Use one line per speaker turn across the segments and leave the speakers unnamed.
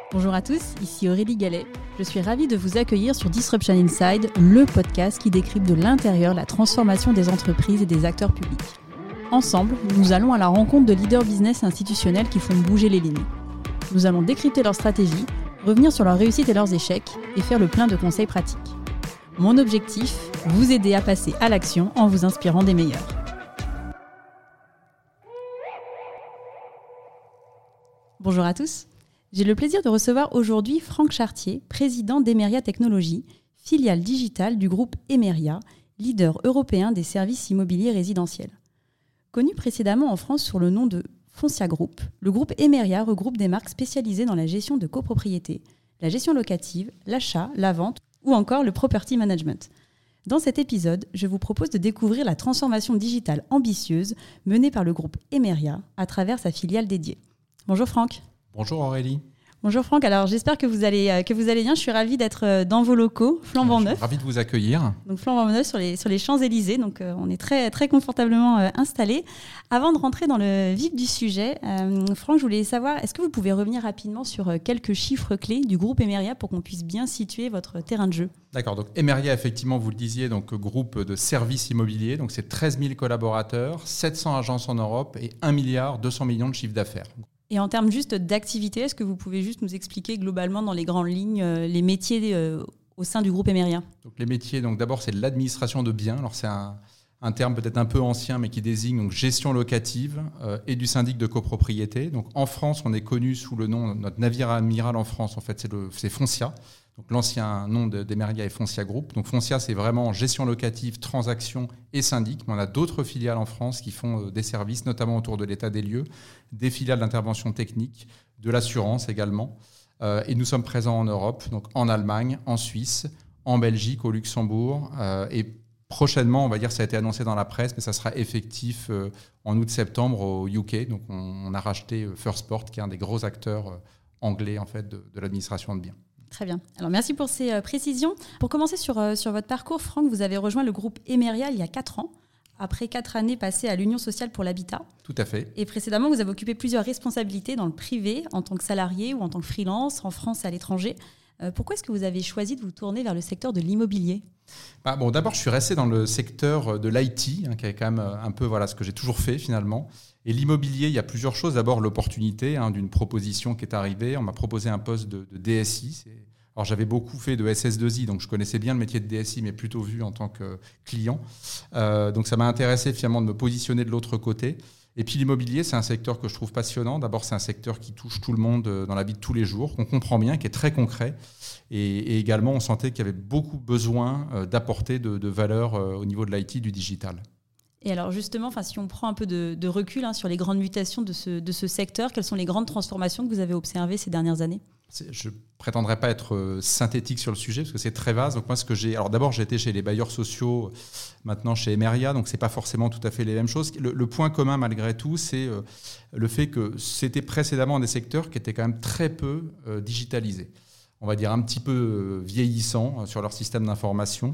Bonjour à tous, ici Aurélie Gallet. Je suis ravie de vous accueillir sur Disruption Inside, le podcast qui décrypte de l'intérieur la transformation des entreprises et des acteurs publics. Ensemble, nous allons à la rencontre de leaders business et institutionnels qui font bouger les lignes. Nous allons décrypter leurs stratégies, revenir sur leurs réussites et leurs échecs et faire le plein de conseils pratiques. Mon objectif, vous aider à passer à l'action en vous inspirant des meilleurs. Bonjour à tous. J'ai le plaisir de recevoir aujourd'hui Franck Chartier, président d'Emeria Technologies, filiale digitale du groupe Emeria, leader européen des services immobiliers résidentiels. Connu précédemment en France sous le nom de Foncia Group, le groupe Emeria regroupe des marques spécialisées dans la gestion de copropriété, la gestion locative, l'achat, la vente ou encore le property management. Dans cet épisode, je vous propose de découvrir la transformation digitale ambitieuse menée par le groupe Emeria à travers sa filiale dédiée. Bonjour Franck.
Bonjour Aurélie.
Bonjour Franck, alors j'espère que vous allez bien. Je suis ravie d'être dans vos locaux, flambant neuf.
Je suis ravi de vous accueillir.
Donc flambant neuf sur les Champs-Élysées, donc on est très, très confortablement installés. Avant de rentrer dans le vif du sujet, Franck, je voulais savoir, est-ce que vous pouvez revenir rapidement sur quelques chiffres clés du groupe Emeria pour qu'on puisse bien situer votre terrain de jeu?
D'accord, donc Emeria, effectivement, vous le disiez, donc groupe de services immobiliers, donc c'est 13 000 collaborateurs, 700 agences en Europe et 1,2 milliard de chiffre d'affaires.
Et en termes juste d'activité, est-ce que vous pouvez juste nous expliquer globalement dans les grandes lignes les métiers au sein du groupe Emeria?
Donc les métiers, donc d'abord c'est l'administration de biens. Alors c'est un terme peut-être un peu ancien mais qui désigne donc gestion locative et du syndic de copropriété. Donc en France, on est connu sous le nom, notre navire amiral en France en fait c'est Foncia. Donc l'ancien nom d'Emeria est Foncia Group. Donc Foncia, c'est vraiment gestion locative, transaction et syndic. Mais on a d'autres filiales en France qui font des services, notamment autour de l'état des lieux, des filiales d'intervention technique, de l'assurance également. Et nous sommes présents en Europe, donc en Allemagne, en Suisse, en Belgique, au Luxembourg. Et prochainement, on va dire, ça a été annoncé dans la presse, mais ça sera effectif en août-septembre au UK. Donc on a racheté Firstport, qui est un des gros acteurs anglais en fait, de l'administration de biens.
Très bien. Alors, merci pour ces précisions. Pour commencer sur votre parcours, Franck, vous avez rejoint le groupe Emeria il y a 4 ans, après 4 années passées à l'Union sociale pour l'habitat.
Tout à fait.
Et précédemment, vous avez occupé plusieurs responsabilités dans le privé, en tant que salarié ou en tant que freelance, en France et à l'étranger. Pourquoi est-ce que vous avez choisi de vous tourner vers le secteur de l'immobilier ?
D'abord, je suis resté dans le secteur de l'IT, qui est quand même un peu ce que j'ai toujours fait finalement. Et l'immobilier, il y a plusieurs choses. D'abord, l'opportunité d'une proposition qui est arrivée. On m'a proposé un poste de DSI. Alors, j'avais beaucoup fait de SS2I, donc je connaissais bien le métier de DSI, mais plutôt vu en tant que client. Donc, ça m'a intéressé finalement de me positionner de l'autre côté. Et puis, l'immobilier, c'est un secteur que je trouve passionnant. D'abord, c'est un secteur qui touche tout le monde dans la vie de tous les jours, qu'on comprend bien, qui est très concret. Et également, on sentait qu'il y avait beaucoup besoin d'apporter de valeur au niveau de l'IT, du digital.
Et alors justement, si on prend un peu de recul sur les grandes mutations de ce secteur, quelles sont les grandes transformations que vous avez observées ces dernières années ?
Je ne prétendrai pas être synthétique sur le sujet parce que c'est très vaste. Donc moi, d'abord, j'ai été chez les bailleurs sociaux, maintenant chez Emeria, donc ce n'est pas forcément tout à fait les mêmes choses. Le point commun malgré tout, c'est le fait que c'était précédemment des secteurs qui étaient quand même très peu digitalisés. On va dire un petit peu vieillissants sur leur système d'information.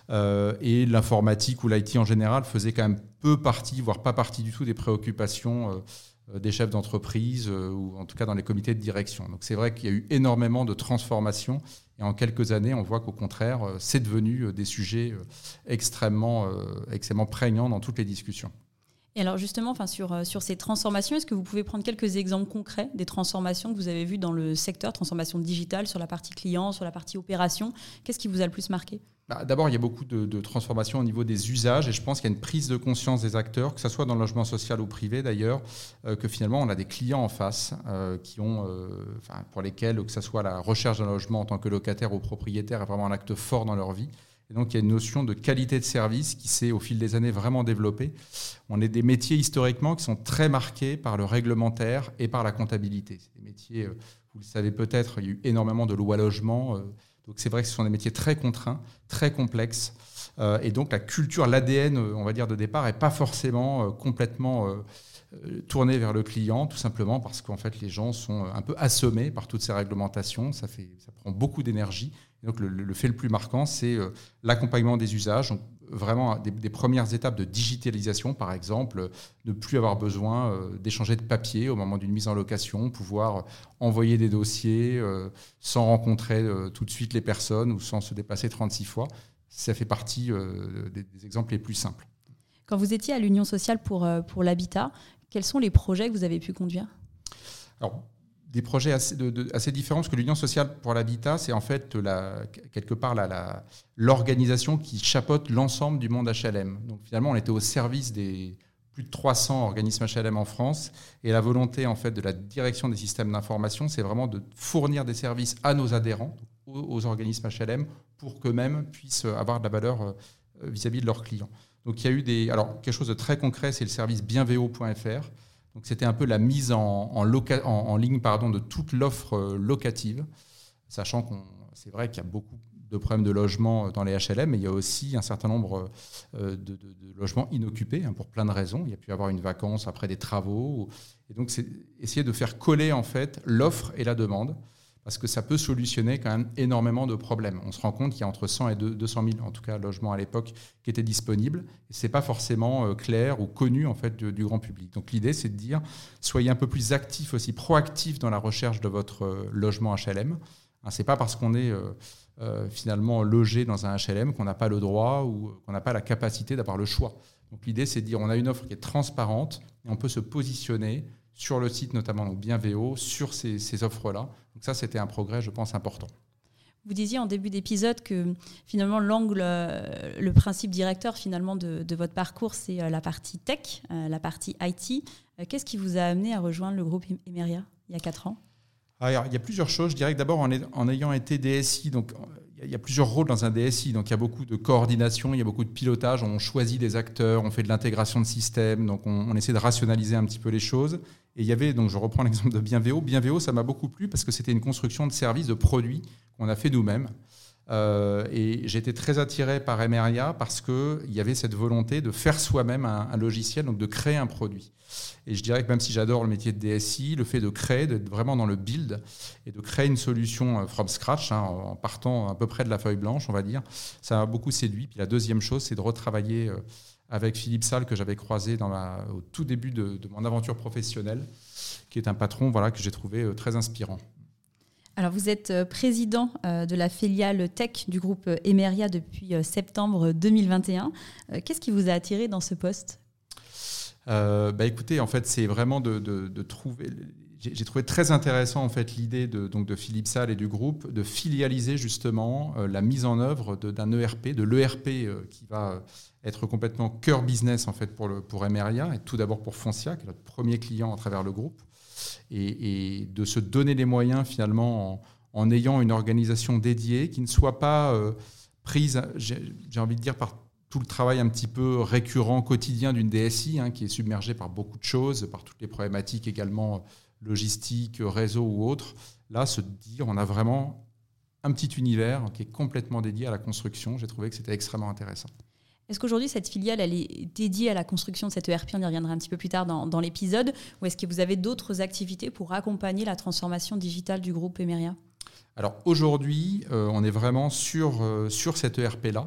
Et l'informatique ou l'IT en général faisait quand même peu partie, voire pas partie du tout des préoccupations des chefs d'entreprise ou en tout cas dans les comités de direction. Donc c'est vrai qu'il y a eu énormément de transformations et en quelques années, on voit qu'au contraire, c'est devenu des sujets extrêmement prégnants dans toutes les discussions.
Et alors justement, sur ces transformations, est-ce que vous pouvez prendre quelques exemples concrets des transformations que vous avez vues dans le secteur, transformation digitale, sur la partie client, sur la partie opération? Qu'est-ce qui vous a le plus marqué ?
D'abord, il y a beaucoup de transformations au niveau des usages et je pense qu'il y a une prise de conscience des acteurs, que ce soit dans le logement social ou privé d'ailleurs, que finalement on a des clients en face pour lesquels, que ce soit la recherche d'un logement en tant que locataire ou propriétaire, est vraiment un acte fort dans leur vie. Et donc, il y a une notion de qualité de service qui s'est, au fil des années, vraiment développée. On est des métiers, historiquement, qui sont très marqués par le réglementaire et par la comptabilité. C'est des métiers, vous le savez peut-être, il y a eu énormément de lois logement. Donc, c'est vrai que ce sont des métiers très contraints, très complexes. Et donc, la culture, l'ADN, on va dire, de départ, n'est pas forcément complètement tournée vers le client, tout simplement parce qu'en fait, les gens sont un peu assommés par toutes ces réglementations. Ça prend beaucoup d'énergie. Et donc, le fait le plus marquant, c'est l'accompagnement des usages. Donc, vraiment des premières étapes de digitalisation, par exemple, ne plus avoir besoin d'échanger de papier au moment d'une mise en location, pouvoir envoyer des dossiers sans rencontrer tout de suite les personnes ou sans se déplacer 36 fois. Ça fait partie des exemples les plus simples.
Quand vous étiez à l'Union sociale pour l'habitat, quels sont les projets que vous avez pu conduire ?
Alors, des projets assez différents, parce que l'Union sociale pour l'habitat, c'est en fait quelque part l'organisation qui chapeaute l'ensemble du monde HLM. Donc finalement, on était au service des plus de 300 organismes HLM en France, et la volonté en fait de la direction des systèmes d'information, c'est vraiment de fournir des services à nos adhérents, aux organismes HLM, pour qu'eux-mêmes puissent avoir de la valeur vis-à-vis de leurs clients. Donc il y a eu quelque chose de très concret, c'est le service bienvo.fr. Donc c'était un peu la mise en ligne de toute l'offre locative, sachant c'est vrai qu'il y a beaucoup de problèmes de logement dans les HLM, mais il y a aussi un certain nombre de logements inoccupés pour plein de raisons. Il y a pu y avoir une vacance après des travaux. Et donc c'est essayer de faire coller en fait l'offre et la demande, parce que ça peut solutionner quand même énormément de problèmes. On se rend compte qu'il y a entre 100 et 200 000, en tout cas, logements à l'époque qui étaient disponibles. Et ce n'est pas forcément clair ou connu en fait, du grand public. Donc l'idée, c'est de dire, soyez un peu plus actifs aussi, proactifs dans la recherche de votre logement HLM. Ce n'est pas parce qu'on est finalement logé dans un HLM qu'on n'a pas le droit ou qu'on n'a pas la capacité d'avoir le choix. Donc l'idée, c'est de dire, on a une offre qui est transparente et on peut se positionner sur le site, notamment donc Bienvo, sur ces offres-là. Donc ça, c'était un progrès, je pense, important.
Vous disiez en début d'épisode que finalement le principe directeur finalement de votre parcours, c'est la partie tech, la partie IT. Qu'est-ce qui vous a amené à rejoindre le groupe Emeria il y a 4 ans ?
Alors, il y a plusieurs choses. Je dirais que d'abord, en ayant été DSI, donc il y a plusieurs rôles dans un DSI. Donc il y a beaucoup de coordination, il y a beaucoup de pilotage. On choisit des acteurs, on fait de l'intégration de systèmes, donc on essaie de rationaliser un petit peu les choses. Et il y avait, donc je reprends l'exemple de Bienvo. Bienvo, ça m'a beaucoup plu parce que c'était une construction de services, de produits qu'on a fait nous-mêmes. Et j'étais très attiré par Emeria parce qu'il y avait cette volonté de faire soi-même un logiciel, donc de créer un produit. Et je dirais que même si j'adore le métier de DSI, le fait de créer, d'être vraiment dans le build et de créer une solution from scratch, en partant à peu près de la feuille blanche, on va dire, ça m'a beaucoup séduit. Puis la deuxième chose, c'est de retravailler avec Philippe Salle, que j'avais croisé au tout début de mon aventure professionnelle, qui est un patron que j'ai trouvé très inspirant.
Alors, vous êtes président de la filiale tech du groupe Emeria depuis septembre 2021. Qu'est-ce qui vous a attiré dans ce poste ?
Écoutez, en fait, c'est vraiment de trouver... J'ai trouvé très intéressant en fait, l'idée de Philippe Salle et du groupe de filialiser justement la mise en œuvre d'un ERP, de l'ERP qui va être complètement cœur business en fait, pour Emeria, et tout d'abord pour Foncia, qui est notre premier client à travers le groupe. Et de se donner les moyens finalement en ayant une organisation dédiée qui ne soit pas prise, j'ai envie de dire, par tout le travail un petit peu récurrent, quotidien d'une DSI, qui est submergée par beaucoup de choses, par toutes les problématiques également logistiques, réseau ou autres. Là, se dire, on a vraiment un petit univers qui est complètement dédié à la construction. J'ai trouvé que c'était extrêmement intéressant.
Est-ce qu'aujourd'hui, cette filiale, elle est dédiée à la construction de cette ERP ? On y reviendra un petit peu plus tard dans l'épisode. Ou est-ce que vous avez d'autres activités pour accompagner la transformation digitale du groupe Emeria ?
Alors aujourd'hui, on est vraiment sur cette ERP-là.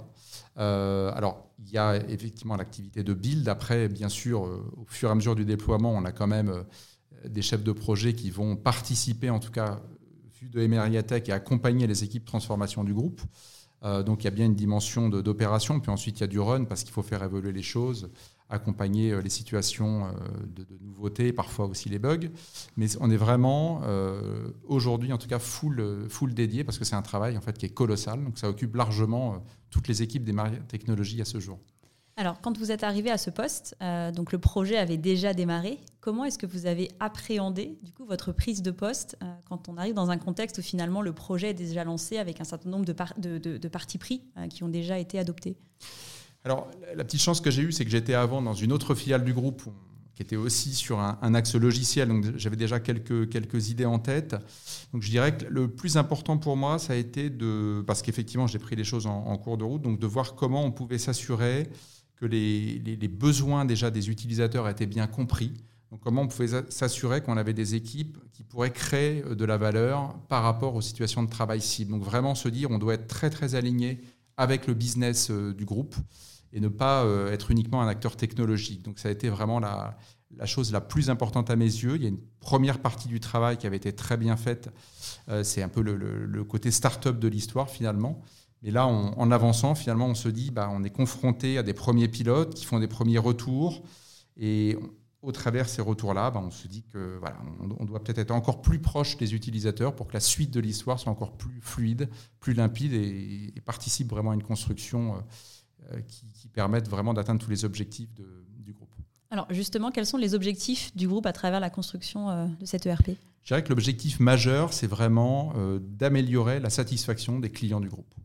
Alors, il y a effectivement l'activité de build. Après, bien sûr, au fur et à mesure du déploiement, on a quand même des chefs de projet qui vont participer, en tout cas, vu de Emeria Tech, et accompagner les équipes transformation du groupe. Donc il y a bien une dimension d'opération, puis ensuite il y a du run parce qu'il faut faire évoluer les choses, accompagner les situations de nouveautés, parfois aussi les bugs. Mais on est vraiment aujourd'hui en tout cas full dédié parce que c'est un travail en fait qui est colossal. Donc ça occupe largement toutes les équipes d'Emeria Technologies à ce jour.
Alors, quand vous êtes arrivé à ce poste, donc le projet avait déjà démarré. Comment est-ce que vous avez appréhendé du coup, votre prise de poste quand on arrive dans un contexte où finalement le projet est déjà lancé avec un certain nombre de partis pris qui ont déjà été adoptés ?
Alors, la petite chance que j'ai eue, c'est que j'étais avant dans une autre filiale du groupe qui était aussi sur un axe logiciel. Donc, j'avais déjà quelques idées en tête. Donc, je dirais que le plus important pour moi, ça a été parce qu'effectivement, j'ai pris les choses en cours de route, donc de voir comment on pouvait s'assurer que les besoins déjà des utilisateurs étaient bien compris. Donc, comment on pouvait s'assurer qu'on avait des équipes qui pourraient créer de la valeur par rapport aux situations de travail cibles. Donc vraiment se dire on doit être très très aligné avec le business du groupe et ne pas être uniquement un acteur technologique. Donc ça a été vraiment la chose la plus importante à mes yeux. Il y a une première partie du travail qui avait été très bien faite. C'est un peu le côté start-up de l'histoire finalement. Mais là, en avançant, finalement, on se dit on est confronté à des premiers pilotes qui font des premiers retours. Et au travers de ces retours-là, on se dit que on doit peut-être être encore plus proche des utilisateurs pour que la suite de l'histoire soit encore plus fluide, plus limpide et participe vraiment à une construction qui permette vraiment d'atteindre tous les objectifs du groupe.
Alors justement, quels sont les objectifs du groupe à travers la construction de cette ERP ?
Je dirais que l'objectif majeur, c'est vraiment d'améliorer la satisfaction des clients du groupe.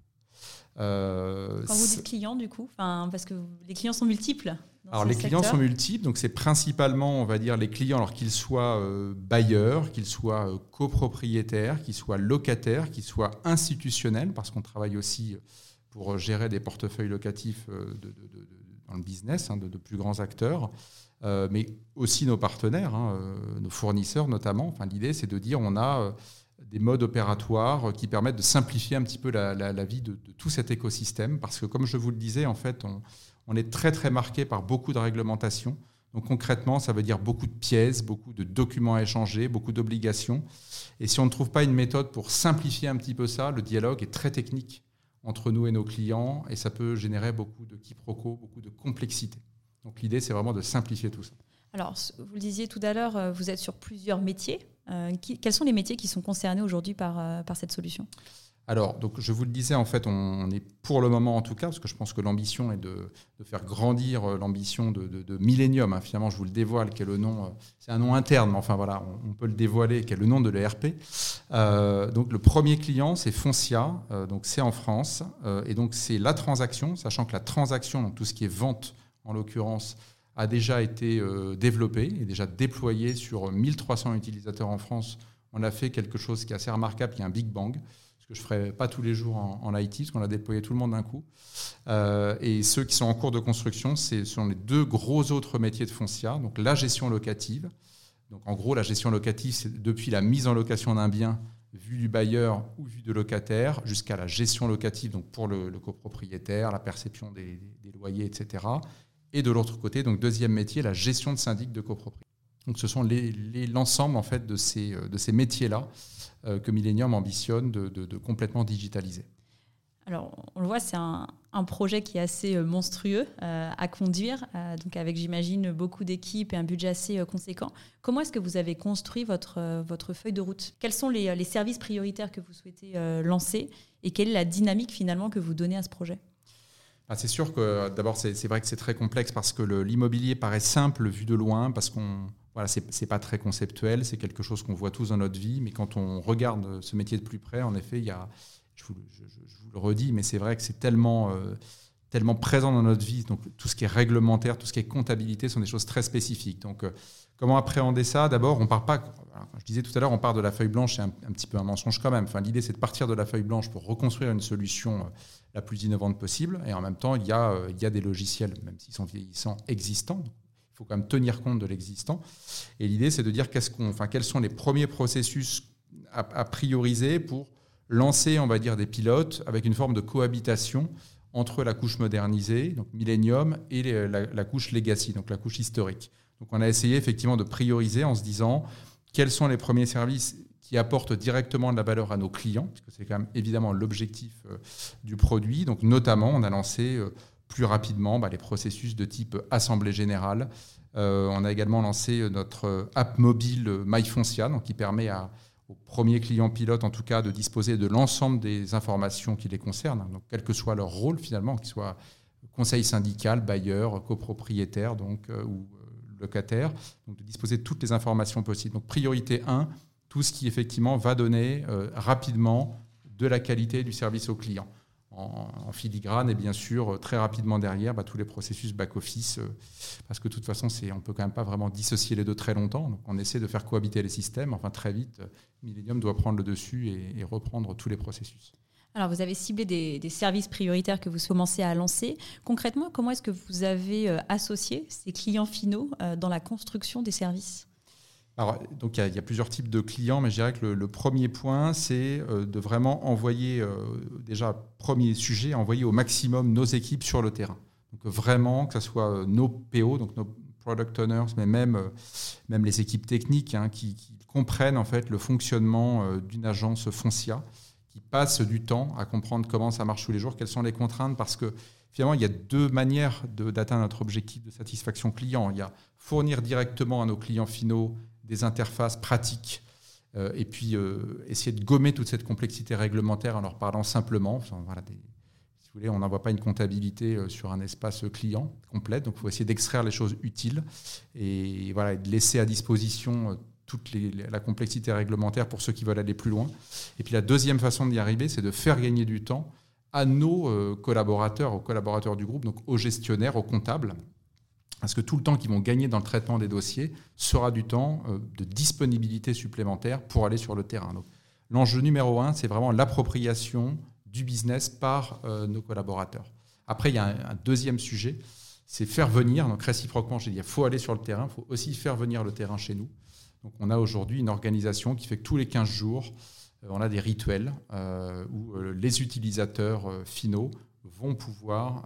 Quand vous dites clients, du coup, parce que les clients sont multiples.
Alors les clients sont multiples, donc c'est principalement, on va dire, les clients, alors qu'ils soient bailleurs, qu'ils soient copropriétaires, qu'ils soient locataires, qu'ils soient institutionnels, parce qu'on travaille aussi pour gérer des portefeuilles locatifs dans le business, de plus grands acteurs, mais aussi nos partenaires, nos fournisseurs notamment. L'idée, c'est de dire on a des modes opératoires qui permettent de simplifier un petit peu la vie de tout cet écosystème. Parce que, comme je vous le disais, en fait, on est très, très marqué par beaucoup de réglementations. Donc, concrètement, ça veut dire beaucoup de pièces, beaucoup de documents à échanger, beaucoup d'obligations. Et si on ne trouve pas une méthode pour simplifier un petit peu ça, le dialogue est très technique entre nous et nos clients et ça peut générer beaucoup de quiproquos, beaucoup de complexité. Donc, l'idée, c'est vraiment de simplifier tout ça.
Alors, vous le disiez tout à l'heure, vous êtes sur plusieurs métiers. Quels sont les métiers qui sont concernés aujourd'hui par cette solution ?
Alors, donc, je vous le disais, en fait, on est pour le moment en tout cas, parce que je pense que l'ambition est de faire grandir l'ambition de Millennium. Finalement, je vous le dévoile, qui est le nom, c'est un nom interne, mais enfin voilà, on peut le dévoiler, qui est le nom de l'ERP. Donc, le premier client, c'est Foncia, donc c'est en France, et donc c'est la transaction, sachant que la transaction, donc tout ce qui est vente en l'occurrence, a déjà été développé et déjà déployé sur 1300 utilisateurs en France. On a fait quelque chose qui est assez remarquable, qui est un Big Bang, ce que je ne ferai pas tous les jours en IT, parce qu'on a déployé tout le monde d'un coup. Et ceux qui sont en cours de construction, ce sont les deux gros autres métiers de Foncia, donc la gestion locative. Donc en gros, la gestion locative, c'est depuis la mise en location d'un bien, vue du bailleur ou vue de locataire, jusqu'à la gestion locative, donc pour le copropriétaire, la perception des loyers, etc. Et de l'autre côté, donc deuxième métier, la gestion de syndic de copropriété. Donc ce sont l'ensemble en fait de ces métiers-là que Millennium ambitionne de complètement digitaliser.
Alors on le voit, c'est un projet qui est assez monstrueux à conduire, donc avec j'imagine beaucoup d'équipes et un budget assez conséquent. Comment est-ce que vous avez construit votre feuille de route ? Quels sont les services prioritaires que vous souhaitez lancer et quelle est la dynamique finalement que vous donnez à ce projet ?
C'est sûr que d'abord, c'est vrai que c'est très complexe parce que l'immobilier paraît simple vu de loin, parce c'est pas très conceptuel, c'est quelque chose qu'on voit tous dans notre vie, mais quand on regarde ce métier de plus près, en effet, je vous le redis, mais c'est vrai que c'est tellement présent dans notre vie. Donc tout ce qui est réglementaire, tout ce qui est comptabilité sont des choses très spécifiques. Donc comment appréhender ça ? D'abord, on part pas. Je disais tout à l'heure, on part de la feuille blanche, c'est un petit peu un mensonge quand même. L'idée, c'est de partir de la feuille blanche pour reconstruire une solution la plus innovante possible. Et en même temps, il y a des logiciels, même s'ils sont vieillissants, existants. Il faut quand même tenir compte de l'existant. Et l'idée, c'est de dire quels sont les premiers processus à prioriser pour lancer, on va dire, des pilotes avec une forme de cohabitation entre la couche modernisée, donc Millennium, et la couche legacy, donc la couche historique. Donc on a essayé effectivement de prioriser en se disant quels sont les premiers services qui apportent directement de la valeur à nos clients, parce que c'est quand même évidemment l'objectif du produit. Donc notamment, on a lancé plus rapidement les processus de type assemblée générale. On a également lancé notre app mobile MyFoncia, donc qui permet aux premiers clients pilotes, en tout cas, de disposer de l'ensemble des informations qui les concernent, donc quel que soit leur rôle finalement, qu'ils soient conseil syndical, bailleur, copropriétaire ou locataire, donc de disposer de toutes les informations possibles. Donc priorité 1, tout ce qui effectivement va donner rapidement de la qualité du service au client. En filigrane et bien sûr très rapidement derrière tous les processus back-office, parce que de toute façon on ne peut quand même pas vraiment dissocier les deux très longtemps. Donc on essaie de faire cohabiter les systèmes. Enfin très vite, Millennium doit prendre le dessus et reprendre tous les processus.
Alors vous avez ciblé des services prioritaires que vous commencez à lancer. Concrètement, comment est-ce que vous avez associé ces clients finaux dans la construction des services ?
Alors, donc il y a plusieurs types de clients, mais je dirais que le premier point, c'est de vraiment envoyer, déjà, premier sujet, envoyer au maximum nos équipes sur le terrain. Donc vraiment, que ce soit nos PO, donc nos product owners, mais même les équipes techniques qui comprennent en fait le fonctionnement d'une agence Foncia, qui passent du temps à comprendre comment ça marche tous les jours, quelles sont les contraintes, parce que finalement, il y a deux manières d'atteindre notre objectif de satisfaction client. Il y a fournir directement à nos clients finaux des interfaces pratiques et puis essayer de gommer toute cette complexité réglementaire en leur parlant simplement. Enfin, voilà, si vous voulez, on n'envoie pas une comptabilité sur un espace client complète, donc il faut essayer d'extraire les choses utiles et voilà, de laisser à disposition toute la complexité réglementaire pour ceux qui veulent aller plus loin. Et puis la deuxième façon d'y arriver, c'est de faire gagner du temps à nos collaborateurs, aux collaborateurs du groupe, donc aux gestionnaires, aux comptables, parce que tout le temps qu'ils vont gagner dans le traitement des dossiers sera du temps de disponibilité supplémentaire pour aller sur le terrain. Donc, l'enjeu numéro 1, c'est vraiment l'appropriation du business par nos collaborateurs. Après, il y a un deuxième sujet, c'est faire venir, donc réciproquement, j'ai dit, il faut aller sur le terrain, il faut aussi faire venir le terrain chez nous. Donc, on a aujourd'hui une organisation qui fait que tous les 15 jours, on a des rituels où les utilisateurs finaux vont pouvoir,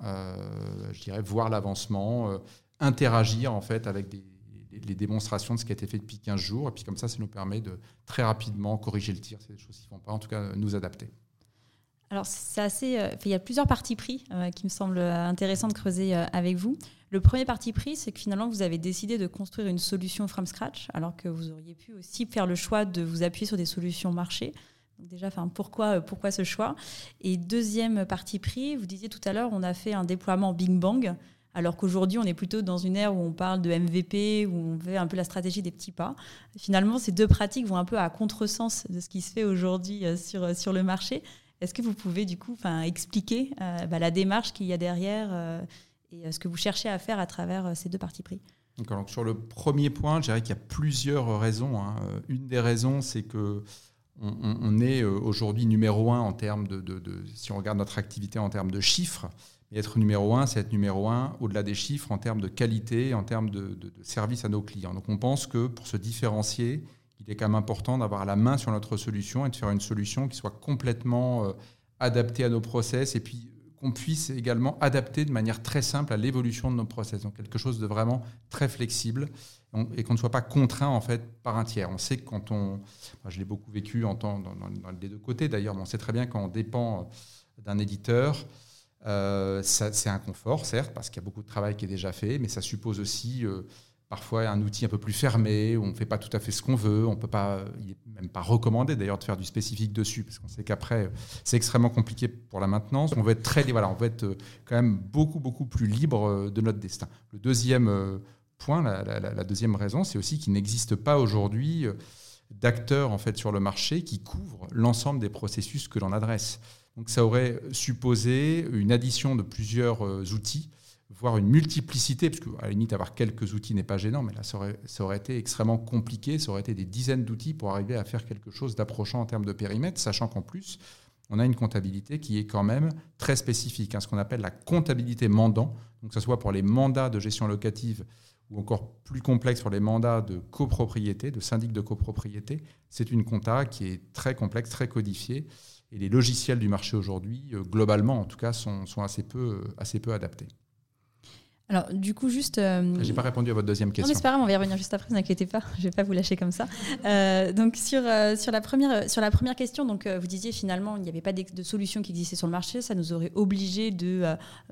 voir l'avancement, interagir en fait avec les démonstrations de ce qui a été fait depuis 15 jours. Et puis comme ça nous permet de très rapidement corriger le tir. C'est des choses qui ne vont pas, en tout cas, nous adapter.
Alors, c'est assez, il y a plusieurs partis pris qui me semblent intéressants de creuser avec vous. Le premier parti pris, c'est que finalement, vous avez décidé de construire une solution from scratch, alors que vous auriez pu aussi faire le choix de vous appuyer sur des solutions marché. Donc déjà, pourquoi ce choix ? Et deuxième parti pris, vous disiez tout à l'heure, on a fait un déploiement Big Bang, alors qu'aujourd'hui, on est plutôt dans une ère où on parle de MVP, où on fait un peu la stratégie des petits pas. Finalement, ces deux pratiques vont un peu à contresens de ce qui se fait aujourd'hui sur le marché. Est-ce que vous pouvez du coup expliquer la démarche qu'il y a derrière et ce que vous cherchez à faire à travers ces deux partis pris ?
Donc, sur le premier point, je dirais qu'il y a plusieurs raisons. Une des raisons, c'est que on est aujourd'hui numéro 1 en termes si on regarde notre activité en termes de chiffres. Et être numéro 1, c'est être numéro 1 au-delà des chiffres en termes de qualité, en termes de service à nos clients. Donc on pense que pour se différencier, il est quand même important d'avoir la main sur notre solution et de faire une solution qui soit complètement adaptée à nos process et puis qu'on puisse également adapter de manière très simple à l'évolution de nos process. Donc quelque chose de vraiment très flexible et qu'on ne soit pas contraint en fait par un tiers. On sait que je l'ai beaucoup vécu dans les deux côtés d'ailleurs, mais on sait très bien quand on dépend d'un éditeur, c'est un confort, certes, parce qu'il y a beaucoup de travail qui est déjà fait, mais ça suppose aussi parfois un outil un peu plus fermé, où on ne fait pas tout à fait ce qu'on veut. Il n'est même pas recommandé d'ailleurs de faire du spécifique dessus, parce qu'on sait qu'après, c'est extrêmement compliqué pour la maintenance. On veut être quand même beaucoup, beaucoup plus libre de notre destin. Le deuxième point, la deuxième raison, c'est aussi qu'il n'existe pas aujourd'hui d'acteurs en fait, sur le marché qui couvrent l'ensemble des processus que l'on adresse. Donc ça aurait supposé une addition de plusieurs outils, voire une multiplicité, parce qu'à la limite, avoir quelques outils n'est pas gênant, mais là, ça aurait été extrêmement compliqué, ça aurait été des dizaines d'outils pour arriver à faire quelque chose d'approchant en termes de périmètre, sachant qu'en plus, on a une comptabilité qui est quand même très spécifique, ce qu'on appelle la comptabilité mandant, donc que ce soit pour les mandats de gestion locative ou encore plus complexe pour les mandats de copropriété, de syndic de copropriété, c'est une compta qui est très complexe, très codifiée, et les logiciels du marché aujourd'hui, globalement en tout cas, sont assez peu adaptés.
Alors, du coup, juste...
Je n'ai pas répondu à votre deuxième question.
Non, mais c'est pas grave, on va y revenir juste après, ne vous inquiétez pas, je ne vais pas vous lâcher comme ça. Donc, sur la première question, donc, vous disiez finalement, il n'y avait pas de solution qui existait sur le marché, ça nous aurait obligé de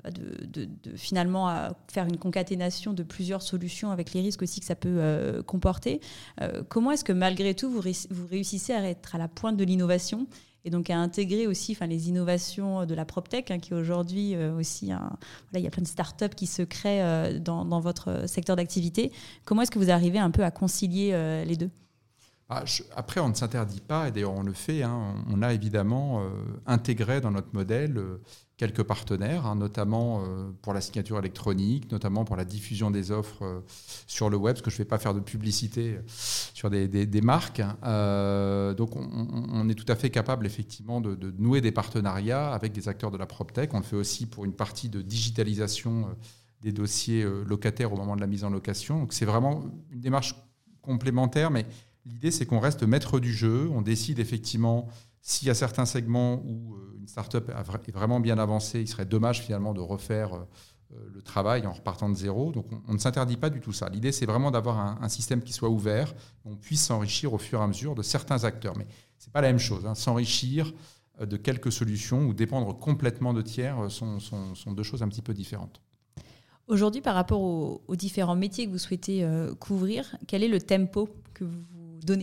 finalement faire une concaténation de plusieurs solutions avec les risques aussi que ça peut comporter. Comment est-ce que malgré tout, vous réussissez à être à la pointe de l'innovation et donc à intégrer aussi les innovations de la PropTech, qui est aujourd'hui aussi, il y a plein de startups qui se créent dans votre secteur d'activité. Comment est-ce que vous arrivez un peu à concilier les deux ?
Après, on ne s'interdit pas, et d'ailleurs on le fait. On a évidemment intégré dans notre modèle quelques partenaires, notamment pour la signature électronique, notamment pour la diffusion des offres sur le web, parce que je ne vais pas faire de publicité sur des marques. Donc on est tout à fait capable effectivement de nouer des partenariats avec des acteurs de la PropTech. On le fait aussi pour une partie de digitalisation des dossiers locataires au moment de la mise en location. Donc c'est vraiment une démarche complémentaire, mais l'idée, c'est qu'on reste maître du jeu. On décide effectivement s'il y a certains segments où une start-up est vraiment bien avancée, il serait dommage finalement de refaire le travail en repartant de zéro. Donc on ne s'interdit pas du tout ça. L'idée, c'est vraiment d'avoir un système qui soit ouvert, on puisse s'enrichir au fur et à mesure de certains acteurs. Mais ce n'est pas la même chose. S'enrichir de quelques solutions ou dépendre complètement de tiers sont deux choses un petit peu différentes.
Aujourd'hui, par rapport aux différents métiers que vous souhaitez couvrir, quel est le tempo que vous vous donnez ?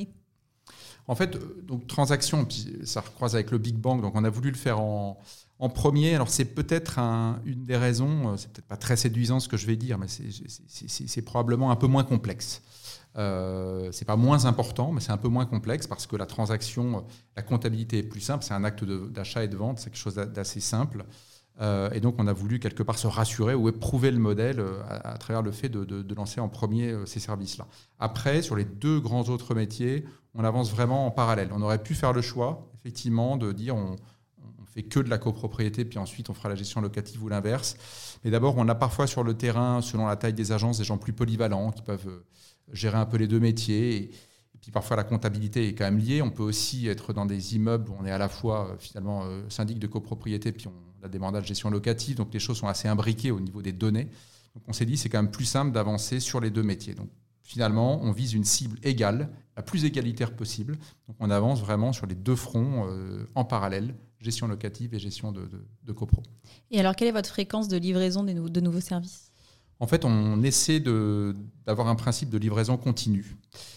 En fait, donc transaction, puis ça recroise avec le Big Bang, donc on a voulu le faire en premier. Alors c'est peut-être une des raisons, c'est peut-être pas très séduisant ce que je vais dire, mais c'est probablement un peu moins complexe. C'est pas moins important, mais c'est un peu moins complexe parce que la transaction, la comptabilité est plus simple, c'est un acte d'achat et de vente, c'est quelque chose d'assez simple. Et donc, on a voulu quelque part se rassurer ou éprouver le modèle à travers le fait de lancer en premier ces services-là. Après, sur les deux grands autres métiers, on avance vraiment en parallèle. On aurait pu faire le choix, effectivement, de dire on fait que de la copropriété, puis ensuite on fera la gestion locative ou l'inverse. Mais d'abord, on a parfois sur le terrain, selon la taille des agences, des gens plus polyvalents qui peuvent gérer un peu les deux métiers. Et puis parfois, la comptabilité est quand même liée. On peut aussi être dans des immeubles où on est à la fois finalement syndic de copropriété, puis on a des mandats de gestion locative. Donc les choses sont assez imbriquées au niveau des données. Donc on s'est dit c'est quand même plus simple d'avancer sur les deux métiers. Donc finalement, on vise une cible égale, la plus égalitaire possible. Donc on avance vraiment sur les deux fronts en parallèle, gestion locative et gestion de copro.
Et alors, quelle est votre fréquence de livraison de nouveaux services ?
En fait, on essaie d'avoir un principe de livraison continue.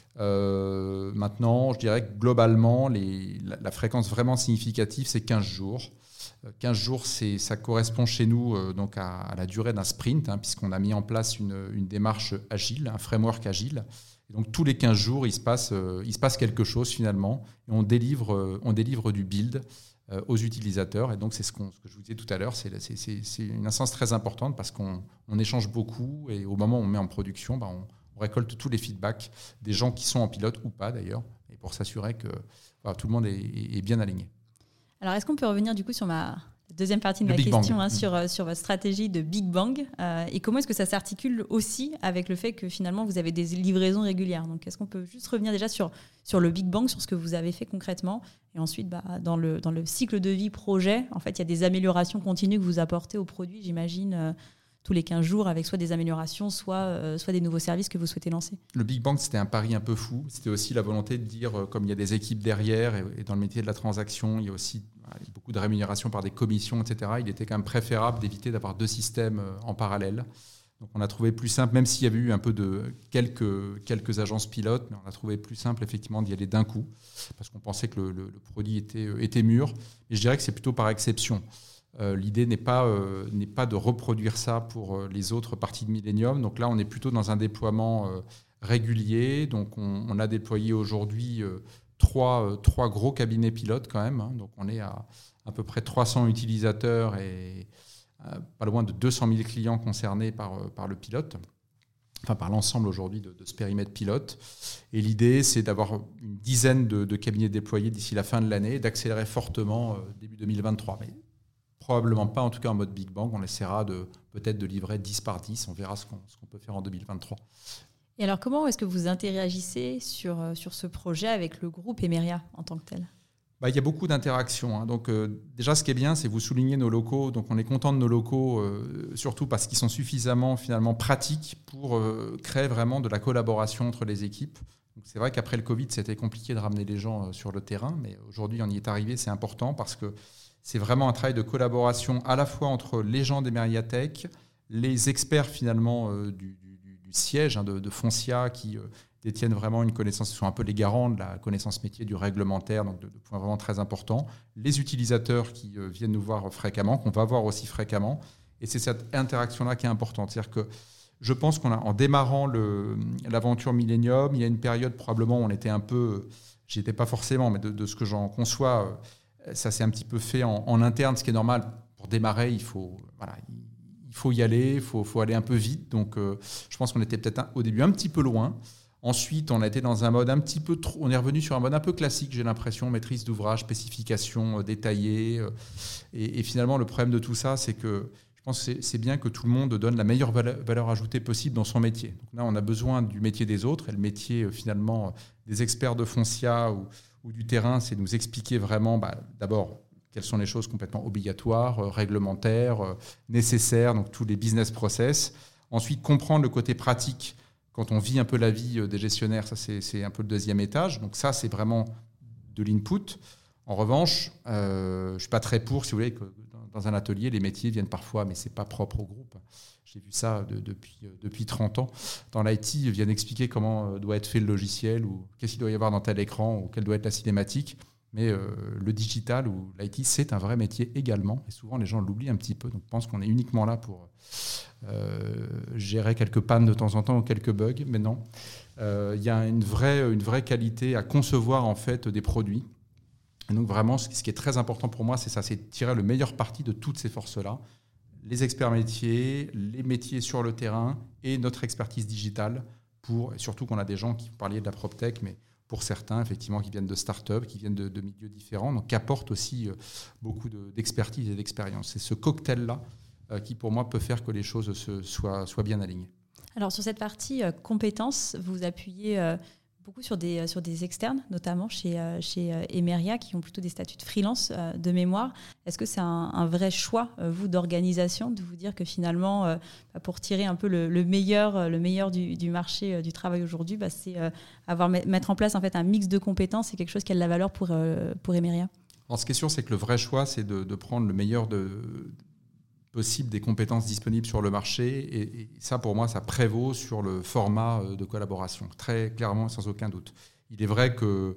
Maintenant, je dirais que globalement, la fréquence vraiment significative, c'est 15 jours. 15 jours, ça correspond chez nous donc à la durée d'un sprint, puisqu'on a mis en place une démarche agile, un framework agile. Et donc tous les 15 jours, il se passe quelque chose finalement, et on délivre du build aux utilisateurs. Et donc c'est ce que je vous disais tout à l'heure, c'est une instance très importante parce qu'on échange beaucoup, et au moment où on met en production, on récolte tous les feedbacks des gens qui sont en pilote ou pas d'ailleurs, et pour s'assurer que tout le monde est bien aligné.
Alors, est-ce qu'on peut revenir du coup sur ma deuxième partie de ma question sur votre stratégie de Big Bang et comment est-ce que ça s'articule aussi avec le fait que finalement vous avez des livraisons régulières ? Donc, est-ce qu'on peut juste revenir déjà sur le Big Bang, sur ce que vous avez fait concrètement, et ensuite dans le cycle de vie projet, en fait, il y a des améliorations continues que vous apportez au produit, j'imagine, tous les 15 jours, avec soit des améliorations, soit des nouveaux services que vous souhaitez lancer.
Le Big Bang, c'était un pari un peu fou. C'était aussi la volonté de dire, comme il y a des équipes derrière, et dans le métier de la transaction, il y a aussi beaucoup de rémunération par des commissions, etc. Il était quand même préférable d'éviter d'avoir deux systèmes en parallèle. Donc on a trouvé plus simple, même s'il y avait eu un peu de quelques agences pilotes, mais on a trouvé plus simple effectivement d'y aller d'un coup, parce qu'on pensait que le produit était mûr. Et je dirais que c'est plutôt par exception. L'idée n'est pas de reproduire ça pour les autres parties de Millennium. Donc là, on est plutôt dans un déploiement régulier. Donc on a déployé aujourd'hui trois gros cabinets pilotes quand même. Donc on est à peu près 300 utilisateurs et pas loin de 200 000 clients concernés par le pilote. Enfin, par l'ensemble aujourd'hui de ce périmètre pilote. Et l'idée, c'est d'avoir une dizaine de cabinets déployés d'ici la fin de l'année, d'accélérer fortement début 2023. Mais probablement pas, en tout cas en mode Big Bang. On essaiera peut-être de livrer 10 par 10. On verra ce qu'on peut faire en 2023.
Et alors, comment est-ce que vous interagissez sur ce projet avec le groupe Emeria en tant que tel ?
Il y a beaucoup d'interactions. Donc, déjà, ce qui est bien, c'est vous souligner nos locaux. Donc, on est content de nos locaux, surtout parce qu'ils sont suffisamment finalement pratiques pour créer vraiment de la collaboration entre les équipes. Donc, c'est vrai qu'après le Covid, c'était compliqué de ramener les gens sur le terrain. Mais aujourd'hui, on y est arrivé. C'est important parce que c'est vraiment un travail de collaboration à la fois entre les gens d'Emeria Tech, les experts finalement du siège de Foncia qui détiennent vraiment une connaissance, ce sont un peu les garants de la connaissance métier, du réglementaire, donc de points vraiment très importants, les utilisateurs qui viennent nous voir fréquemment, qu'on va voir aussi fréquemment, et c'est cette interaction-là qui est importante. C'est-à-dire que je pense qu'en démarrant l'aventure Millennium, il y a une période probablement où on était un peu, j'y étais pas forcément, mais de ce que j'en conçois, ça s'est un petit peu fait en interne, ce qui est normal. Pour démarrer, il faut y aller, il faut aller un peu vite. Donc, je pense qu'on était peut-être au début un petit peu loin. Ensuite, on a été dans un mode un petit peu trop... On est revenu sur un mode un peu classique, j'ai l'impression, maîtrise d'ouvrage, spécification détaillée. Et finalement, le problème de tout ça, c'est que je pense que c'est bien que tout le monde donne la meilleure valeur ajoutée possible dans son métier. Donc là, on a besoin du métier des autres. Et le métier, finalement, des experts de Foncia ou du terrain, c'est de nous expliquer vraiment, d'abord, quelles sont les choses complètement obligatoires, réglementaires, nécessaires, donc tous les business process. Ensuite, comprendre le côté pratique quand on vit un peu la vie des gestionnaires, ça c'est un peu le deuxième étage. Donc ça, c'est vraiment de l'input. En revanche, je ne suis pas très pour, si vous voulez, que dans un atelier, les métiers viennent parfois, mais ce n'est pas propre au groupe. J'ai vu ça depuis 30 ans. Dans l'IT, ils viennent expliquer comment doit être fait le logiciel ou qu'est-ce qu'il doit y avoir dans tel écran ou quelle doit être la cinématique. Mais le digital ou l'IT, c'est un vrai métier également. Et souvent, les gens l'oublient un petit peu. Donc, je pense qu'on est uniquement là pour gérer quelques pannes de temps en temps ou quelques bugs. Mais non, il y a une vraie qualité à concevoir en fait des produits. Et donc, vraiment, ce qui est très important pour moi, c'est ça, c'est de tirer le meilleur parti de toutes ces forces-là. Les experts métiers, les métiers sur le terrain et notre expertise digitale. Surtout qu'on a des gens qui parlaient de la PropTech, mais pour certains, effectivement, qui viennent de start-up, qui viennent de milieux différents, donc qui apportent aussi beaucoup d'expertise et d'expérience. C'est ce cocktail-là qui, pour moi, peut faire que les choses soient bien alignées.
Alors, sur cette partie compétences, vous appuyez beaucoup sur des externes, notamment chez Emeria, qui ont plutôt des statuts de freelance de mémoire. Est-ce que c'est un vrai choix, vous, d'organisation, de vous dire que finalement, pour tirer un peu le meilleur du marché du travail aujourd'hui, c'est mettre en place en fait, un mix de compétences, c'est quelque chose qui a de la valeur pour Emeria?
Alors, ce qui est sûr, c'est que le vrai choix, c'est de prendre le meilleur possible des compétences disponibles sur le marché. Et ça, pour moi, ça prévaut sur le format de collaboration, très clairement, sans aucun doute. Il est vrai que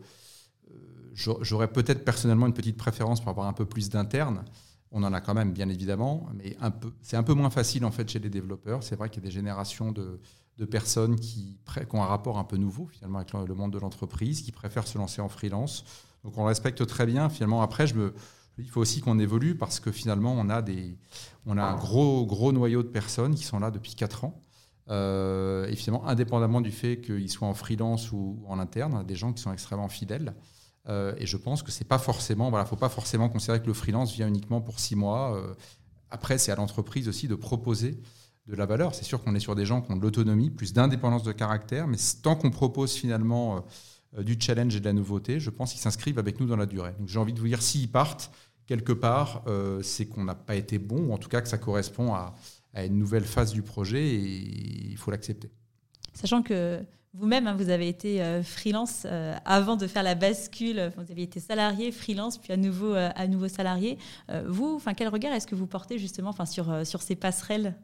j'aurais peut-être personnellement une petite préférence pour avoir un peu plus d'interne. On en a quand même, bien évidemment, mais c'est un peu moins facile en fait chez les développeurs. C'est vrai qu'il y a des générations de personnes qui ont un rapport un peu nouveau finalement avec le monde de l'entreprise, qui préfèrent se lancer en freelance. Donc on le respecte très bien. Finalement, après, il faut aussi qu'on évolue parce que finalement, on a un gros noyau de personnes qui sont là depuis 4 ans. Et finalement, indépendamment du fait qu'ils soient en freelance ou en interne, on a des gens qui sont extrêmement fidèles. Et je pense que c'est pas forcément, faut pas forcément considérer que le freelance vient uniquement pour 6 mois. Après, c'est à l'entreprise aussi de proposer de la valeur. C'est sûr qu'on est sur des gens qui ont de l'autonomie, plus d'indépendance de caractère, mais tant qu'on propose finalement du challenge et de la nouveauté, je pense qu'ils s'inscrivent avec nous dans la durée. Donc j'ai envie de vous dire, s'ils partent, quelque part, c'est qu'on n'a pas été bon, ou en tout cas que ça correspond à une nouvelle phase du projet et il faut l'accepter.
Sachant que vous-même, vous avez été freelance avant de faire la bascule, vous avez été salarié, freelance, puis à nouveau salarié. Vous, quel regard est-ce que vous portez justement sur ces passerelles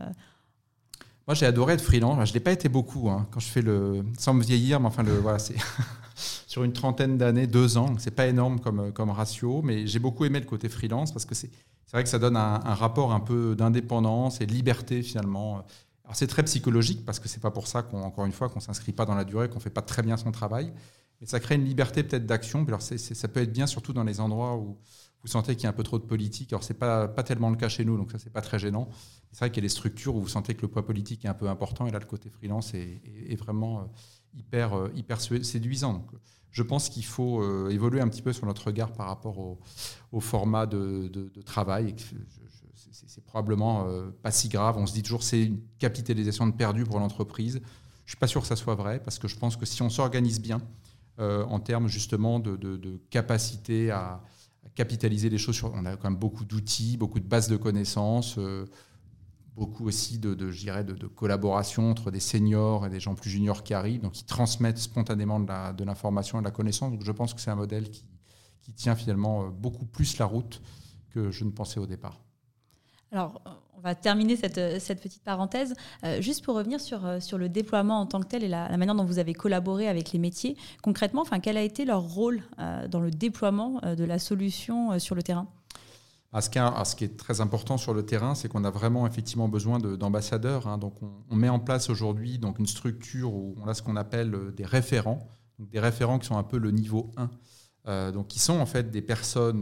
Moi, j'ai adoré être freelance. Je ne l'ai pas été beaucoup, quand je fais sans me vieillir, mais voilà, c'est sur une trentaine d'années, 2 ans. C'est pas énorme comme ratio, mais j'ai beaucoup aimé le côté freelance parce que c'est vrai que ça donne un rapport un peu d'indépendance et de liberté finalement. Alors c'est très psychologique parce que c'est pas pour ça qu'on s'inscrit pas dans la durée, qu'on fait pas très bien son travail. Mais ça crée une liberté peut-être d'action. Alors ça peut être bien surtout dans les endroits où vous sentez qu'il y a un peu trop de politique. Alors c'est pas tellement le cas chez nous, donc ça c'est pas très gênant. C'est vrai qu'il y a des structures où vous sentez que le poids politique est un peu important et là le côté freelance est vraiment hyper séduisant. Donc, je pense qu'il faut évoluer un petit peu sur notre regard par rapport au format de travail. Et c'est probablement pas si grave. On se dit toujours c'est une capitalisation de perdu pour l'entreprise. Je ne suis pas sûr que ça soit vrai parce que je pense que si on s'organise bien en termes justement de capacité à capitaliser les choses, on a quand même beaucoup d'outils, beaucoup de bases de connaissances, beaucoup aussi de collaboration entre des seniors et des gens plus juniors qui arrivent, donc qui transmettent spontanément de l'information et de la connaissance. Donc je pense que c'est un modèle qui tient finalement beaucoup plus la route que je ne pensais au départ.
Alors, on va terminer cette petite parenthèse. Juste pour revenir sur le déploiement en tant que tel et la manière dont vous avez collaboré avec les métiers, concrètement, quel a été leur rôle dans le déploiement de la solution sur le terrain ?
Ce qui est très important sur le terrain, c'est qu'on a vraiment effectivement besoin d'ambassadeurs. Donc on met en place aujourd'hui donc une structure où on a ce qu'on appelle des référents. Donc des référents qui sont un peu le niveau 1. Donc qui sont en fait des personnes,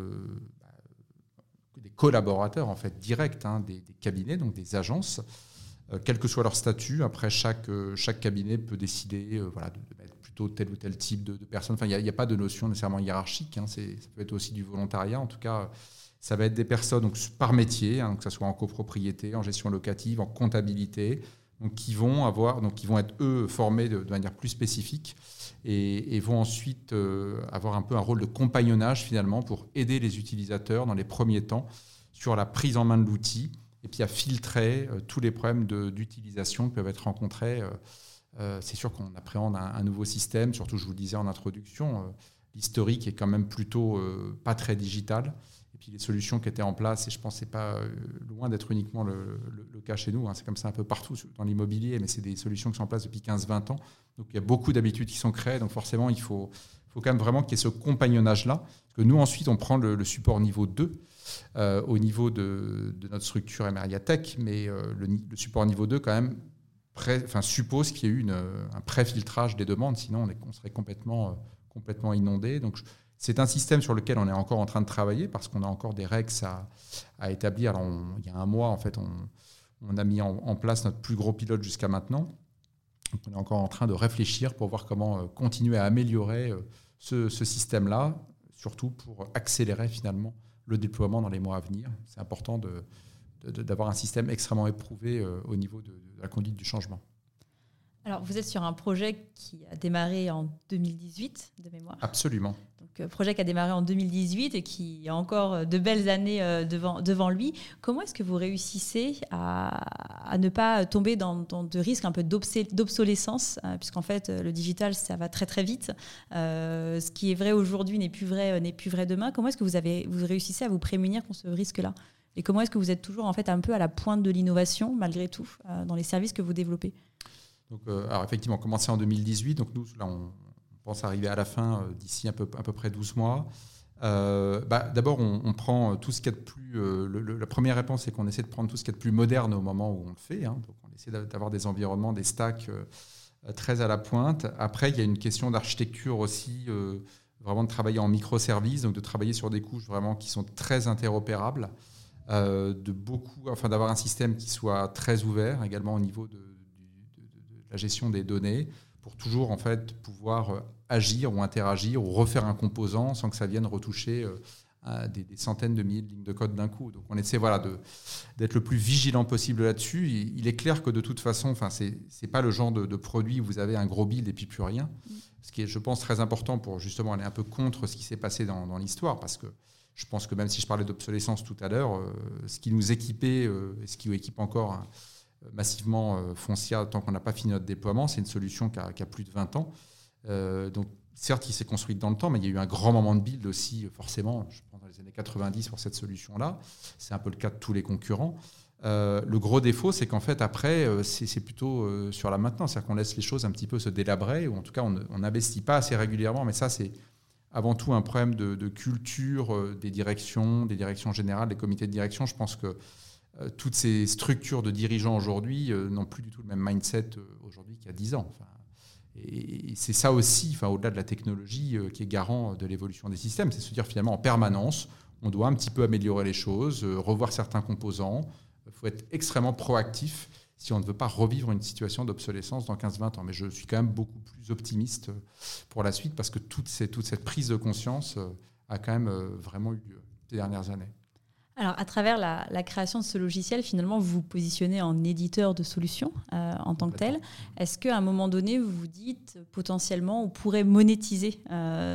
des collaborateurs en fait directs des cabinets, donc des agences, quel que soit leur statut. Après, chaque cabinet peut décider de mettre plutôt tel ou tel type de personnes. Il n'y a pas de notion nécessairement hiérarchique. Ça peut être aussi du volontariat. En tout cas, ça va être des personnes donc, par métier, que ce soit en copropriété, en gestion locative, en comptabilité. donc qui vont être eux formés de manière plus spécifique et vont ensuite avoir un peu un rôle de compagnonnage finalement pour aider les utilisateurs dans les premiers temps sur la prise en main de l'outil et puis à filtrer tous les problèmes d'utilisation qui peuvent être rencontrés. C'est sûr qu'on appréhende un nouveau système, surtout je vous le disais en introduction, l'historique est quand même plutôt pas très digital. Et puis les solutions qui étaient en place, et je pense que ce n'est pas loin d'être uniquement le cas chez nous, hein, c'est comme ça un peu partout dans l'immobilier, mais c'est des solutions qui sont en place depuis 15-20 ans. Donc il y a beaucoup d'habitudes qui sont créées, donc forcément il faut quand même vraiment qu'il y ait ce compagnonnage-là. Parce que nous ensuite on prend le support niveau 2 au niveau de notre structure Emeria Tech, mais le support niveau 2 quand même suppose qu'il y ait eu un pré-filtrage des demandes, sinon on serait complètement inondé. Donc c'est un système sur lequel on est encore en train de travailler parce qu'on a encore des règles à établir. Alors il y a un mois, en fait, on a mis en place notre plus gros pilote jusqu'à maintenant. Donc on est encore en train de réfléchir pour voir comment continuer à améliorer ce système-là, surtout pour accélérer finalement le déploiement dans les mois à venir. C'est important d'avoir un système extrêmement éprouvé au niveau de la conduite du changement.
Alors, vous êtes sur un projet qui a démarré en 2018, de mémoire.
Absolument.
Donc, projet qui a démarré en 2018 et qui a encore de belles années devant lui. Comment est-ce que vous réussissez à ne pas tomber dans de risques un peu d'obsolescence, puisqu'en fait, le digital, ça va très, très vite. Ce qui est vrai aujourd'hui n'est plus vrai demain. Comment est-ce que vous réussissez à vous prémunir contre ce risque-là ? Et comment est-ce que vous êtes toujours en fait, un peu à la pointe de l'innovation, malgré tout, dans les services que vous développez ?
Donc, alors effectivement, commencé en 2018. Donc nous, là, on pense arriver à la fin d'ici à peu près 12 mois. D'abord, on prend tout ce qu'il y a de plus... la première réponse, c'est qu'on essaie de prendre tout ce qu'il y a de plus moderne au moment où on le fait. Hein. Donc on essaie d'avoir des environnements, des stacks très à la pointe. Après, il y a une question d'architecture aussi, vraiment de travailler en microservices, donc de travailler sur des couches vraiment qui sont très interopérables, d'avoir un système qui soit très ouvert également au niveau de la gestion des données, pour toujours en fait pouvoir agir ou interagir ou refaire un composant sans que ça vienne retoucher des centaines de milliers de lignes de code d'un coup. Donc on essaie d'être le plus vigilant possible là-dessus. Il est clair que de toute façon, c'est pas le genre de produit où vous avez un gros build et puis plus rien. Ce qui est, je pense, très important pour justement aller un peu contre ce qui s'est passé dans l'histoire, parce que je pense que même si je parlais d'obsolescence tout à l'heure, ce qui nous équipait et ce qui équipe encore massivement Foncia tant qu'on n'a pas fini notre déploiement, c'est une solution qui a plus de 20 ans. Donc certes, il s'est construite dans le temps, mais il y a eu un grand moment de build aussi, forcément, je pense dans les années 90 pour cette solution-là. C'est un peu le cas de tous les concurrents. Le gros défaut, c'est qu'en fait, après, c'est plutôt sur la maintenance. C'est-à-dire qu'on laisse les choses un petit peu se délabrer, ou en tout cas, on n'investit pas assez régulièrement. Mais ça, c'est avant tout un problème de culture des directions générales, des comités de direction. Je pense que toutes ces structures de dirigeants aujourd'hui n'ont plus du tout le même mindset aujourd'hui qu'il y a 10 ans. Et c'est ça aussi, au-delà de la technologie, qui est garant de l'évolution des systèmes. C'est se dire finalement en permanence, on doit un petit peu améliorer les choses, revoir certains composants. Il faut être extrêmement proactif si on ne veut pas revivre une situation d'obsolescence dans 15-20 ans. Mais je suis quand même beaucoup plus optimiste pour la suite parce que toute cette prise de conscience a quand même vraiment eu lieu ces dernières années.
Alors, à travers la création de ce logiciel, finalement, vous vous positionnez en éditeur de solutions en tant que tel. Est-ce qu'à un moment donné, vous vous dites, potentiellement, on pourrait monétiser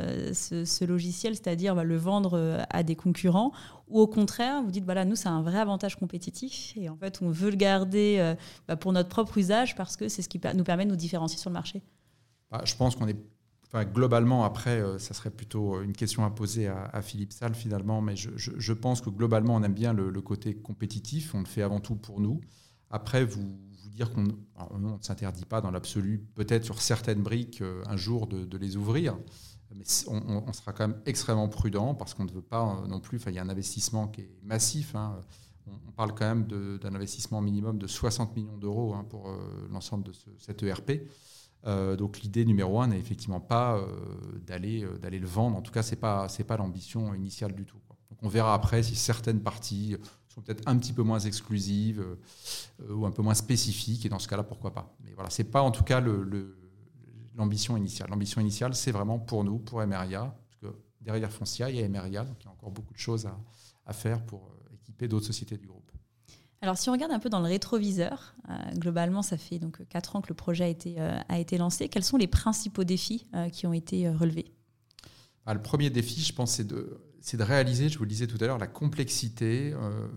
ce logiciel, c'est-à-dire le vendre à des concurrents, ou au contraire, vous dites, nous, c'est un vrai avantage compétitif et en fait, on veut le garder pour notre propre usage parce que c'est ce qui nous permet de nous différencier sur le marché ?
Je pense qu'on est... globalement, après, ça serait plutôt une question à poser à Philippe Salle, finalement, mais je pense que globalement, on aime bien le côté compétitif, on le fait avant tout pour nous. Après, vous dire qu'on ne s'interdit pas dans l'absolu, peut-être sur certaines briques, un jour de les ouvrir, mais on sera quand même extrêmement prudent parce qu'on ne veut pas non plus, il y a un investissement qui est massif, hein. On parle quand même d'un investissement minimum de 60 millions d'euros pour l'ensemble de cet ERP. Donc l'idée numéro 1 n'est effectivement pas d'aller le vendre. En tout cas, c'est pas l'ambition initiale du tout, quoi. Donc on verra après si certaines parties sont peut-être un petit peu moins exclusives ou un peu moins spécifiques. Et dans ce cas-là, pourquoi pas. Mais voilà, c'est pas en tout cas l'ambition initiale. L'ambition initiale, c'est vraiment pour nous, pour Emeria, parce que derrière Foncia, il y a Emeria, donc il y a encore beaucoup de choses à faire pour équiper d'autres sociétés du groupe.
Alors, si on regarde un peu dans le rétroviseur, globalement, ça fait donc 4 ans que le projet a été lancé. Quels sont les principaux défis qui ont été relevés ?
Le premier défi, je pense, c'est de réaliser, je vous le disais tout à l'heure, la complexité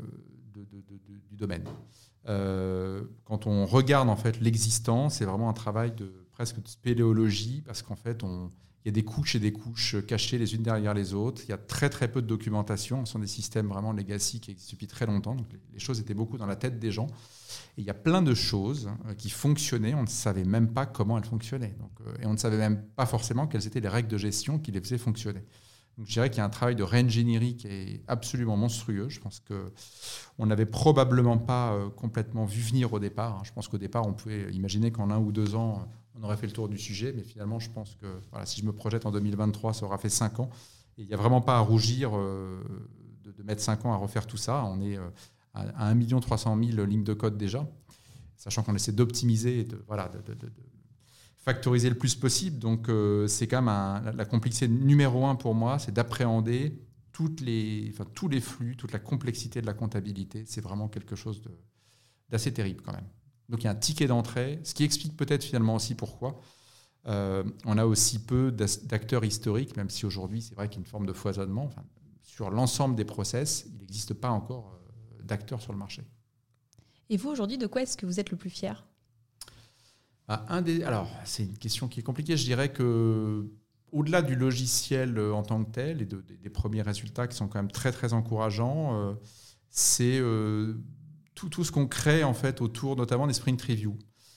du domaine. Quand on regarde en fait l'existant, c'est vraiment un travail presque de spéléologie, parce qu'en fait, il y a des couches et des couches cachées les unes derrière les autres. Il y a très très peu de documentation. Ce sont des systèmes vraiment legacy qui existent depuis très longtemps. Donc les choses étaient beaucoup dans la tête des gens. Et il y a plein de choses qui fonctionnaient. On ne savait même pas comment elles fonctionnaient. Et on ne savait même pas forcément quelles étaient les règles de gestion qui les faisaient fonctionner. Donc je dirais qu'il y a un travail de réingénierie qui est absolument monstrueux. Je pense qu'on n'avait probablement pas complètement vu venir au départ. Je pense qu'au départ, on pouvait imaginer qu'en 1 ou 2 ans, on aurait fait le tour du sujet. Mais finalement, je pense que si je me projette en 2023, ça aura fait 5 ans. Et il n'y a vraiment pas à rougir de mettre 5 ans à refaire tout ça. On est à 1 300 000 lignes de code déjà, sachant qu'on essaie d'optimiser et de factoriser le plus possible. Donc, c'est quand même la complexité numéro 1 pour moi, c'est d'appréhender tous les flux, toute la complexité de la comptabilité. C'est vraiment quelque chose d'assez terrible quand même. Donc, il y a un ticket d'entrée, ce qui explique peut-être finalement aussi pourquoi on a aussi peu d'acteurs historiques, même si aujourd'hui, c'est vrai qu'il y a une forme de foisonnement. Sur l'ensemble des process, il n'existe pas encore d'acteurs sur le marché.
Et vous, aujourd'hui, de quoi est-ce que vous êtes le plus fier ?
Alors, c'est une question qui est compliquée. Je dirais qu'au-delà du logiciel en tant que tel et des premiers résultats qui sont quand même très, très encourageants, c'est tout ce qu'on crée en fait, autour notamment des sprint reviews.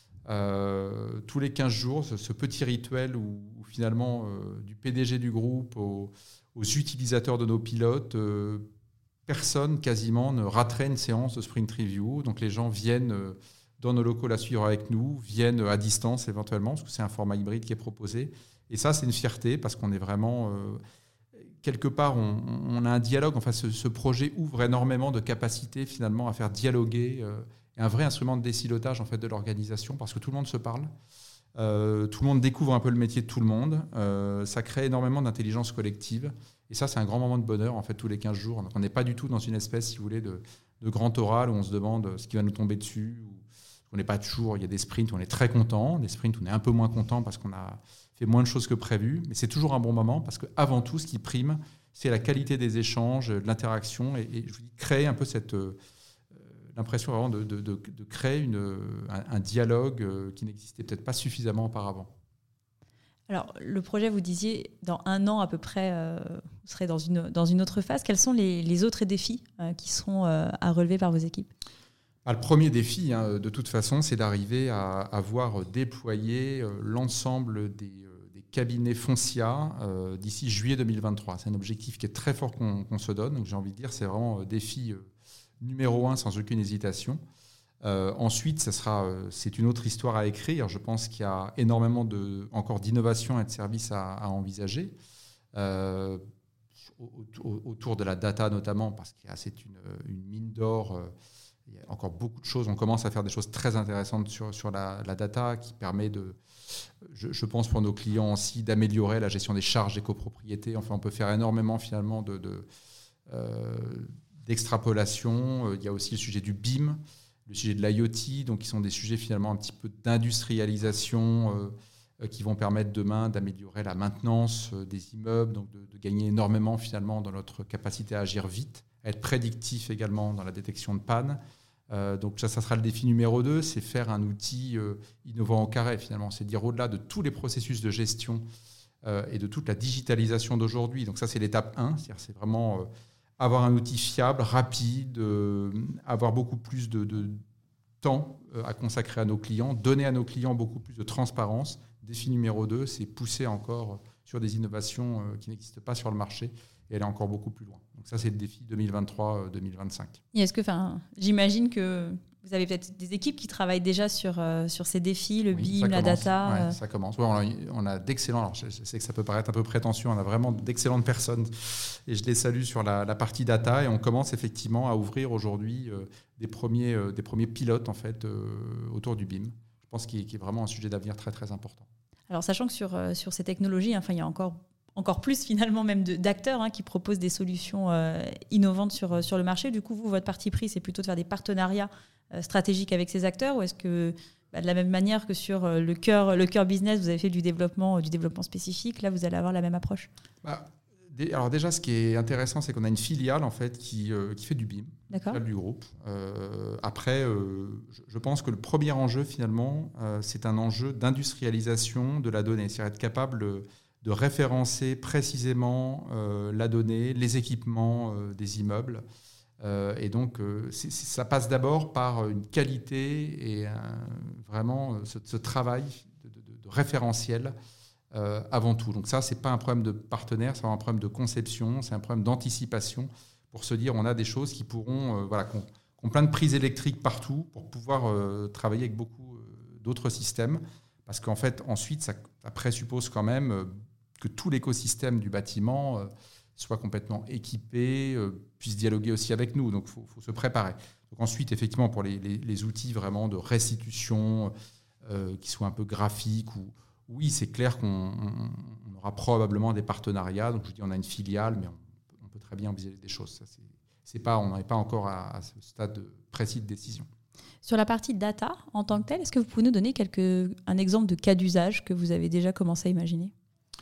Tous les 15 jours, ce petit rituel où finalement, du PDG du groupe aux utilisateurs de nos pilotes, personne quasiment ne raterait une séance de sprint review. Donc les gens viennent dans nos locaux la suivre avec nous, viennent à distance éventuellement, parce que c'est un format hybride qui est proposé. Et ça, c'est une fierté, parce qu'on est vraiment... quelque part, on a un dialogue. Enfin, ce projet ouvre énormément de capacités finalement à faire dialoguer, et un vrai instrument de décilotage en fait, de l'organisation, parce que tout le monde se parle. Tout le monde découvre un peu le métier de tout le monde. Ça crée énormément d'intelligence collective. Et ça, c'est un grand moment de bonheur, en fait, tous les 15 jours. Donc, on n'est pas du tout dans une espèce, si vous voulez, de grand oral où on se demande ce qui va nous tomber dessus. On n'est pas toujours, il y a des sprints où on est très content, des sprints où on est un peu moins content parce qu'on a fait moins de choses que prévu. Mais c'est toujours un bon moment parce qu'avant tout, ce qui prime, c'est la qualité des échanges, de l'interaction. Et je vous dis, créer un peu l'impression vraiment de créer un dialogue qui n'existait peut-être pas suffisamment auparavant.
Alors, le projet, vous disiez, dans 1 an à peu près, vous serez dans une autre phase. Quels sont les autres défis qui seront à relever par vos équipes ?
Le premier défi, de toute façon, c'est d'arriver à avoir déployé l'ensemble des cabinets Foncia d'ici juillet 2023. C'est un objectif qui est très fort qu'on se donne. Donc, j'ai envie de dire, c'est vraiment défi numéro 1 sans aucune hésitation. Ensuite, c'est une autre histoire à écrire. Je pense qu'il y a énormément encore d'innovation et de services à envisager. Autour de la data notamment, parce que c'est une mine d'or. Il y a encore beaucoup de choses. On commence à faire des choses très intéressantes sur la data qui permet je pense pour nos clients aussi, d'améliorer la gestion des charges des copropriétés. Enfin, on peut faire énormément finalement d'extrapolation. Il y a aussi le sujet du BIM, le sujet de l'IoT, donc qui sont des sujets finalement un petit peu d'industrialisation qui vont permettre demain d'améliorer la maintenance des immeubles, donc de gagner énormément finalement dans notre capacité à agir vite, à être prédictif également dans la détection de panne. Donc ça sera le défi numéro 2, c'est faire un outil innovant au carré finalement. C'est dire au-delà de tous les processus de gestion et de toute la digitalisation d'aujourd'hui. Donc ça, c'est l'étape 1, c'est-à-dire c'est vraiment avoir un outil fiable, rapide, avoir beaucoup plus de temps à consacrer à nos clients, donner à nos clients beaucoup plus de transparence. Défi numéro 2, c'est pousser encore sur des innovations qui n'existent pas sur le marché et aller encore beaucoup plus loin. Donc ça, c'est le défi 2023-2025. Et
est-ce que, j'imagine que vous avez peut-être des équipes qui travaillent déjà sur ces défis, le BIM, la data.
Oui, ça commence. Ouais, on a d'excellents. Alors je sais que ça peut paraître un peu prétentieux. On a vraiment d'excellentes personnes et je les salue sur la partie data. Et on commence effectivement à ouvrir aujourd'hui des premiers pilotes en fait autour du BIM. Je pense qu'il est vraiment un sujet d'avenir très très important.
Alors sachant que sur ces technologies, il y a encore encore plus finalement même d'acteurs qui proposent des solutions innovantes sur le marché. Du coup, vous, votre parti pris, c'est plutôt de faire des partenariats stratégiques avec ces acteurs, ou est-ce que de la même manière que sur le cœur business, vous avez fait du développement spécifique, là vous allez avoir la même approche?
Alors déjà, ce qui est intéressant, c'est qu'on a une filiale en fait qui fait du BIM, filiale du groupe. Après, je pense que le premier enjeu finalement, c'est un enjeu d'industrialisation de la donnée, c'est-à-dire être capable de référencer précisément la donnée, les équipements des immeubles. Et donc, ça passe d'abord par une qualité et vraiment ce travail de référentiel. Avant tout. Donc ça, ce n'est pas un problème de partenaire, c'est un problème de conception, c'est un problème d'anticipation pour se dire on a des choses qui pourront, qui ont plein de prises électriques partout pour pouvoir travailler avec beaucoup d'autres systèmes. Parce qu'en fait, ensuite, ça présuppose quand même que tout l'écosystème du bâtiment soit complètement équipé, puisse dialoguer aussi avec nous. Donc il faut se préparer. Donc ensuite, effectivement, pour les outils vraiment de restitution qui soient un peu graphiques oui, c'est clair qu'on aura probablement des partenariats. Donc, je dis, on a une filiale, mais on peut très bien envisager des choses. Ça, on n'en est pas encore à ce stade précis de décision.
Sur la partie data, en tant que telle, est-ce que vous pouvez nous donner un exemple de cas d'usage que vous avez déjà commencé à imaginer ?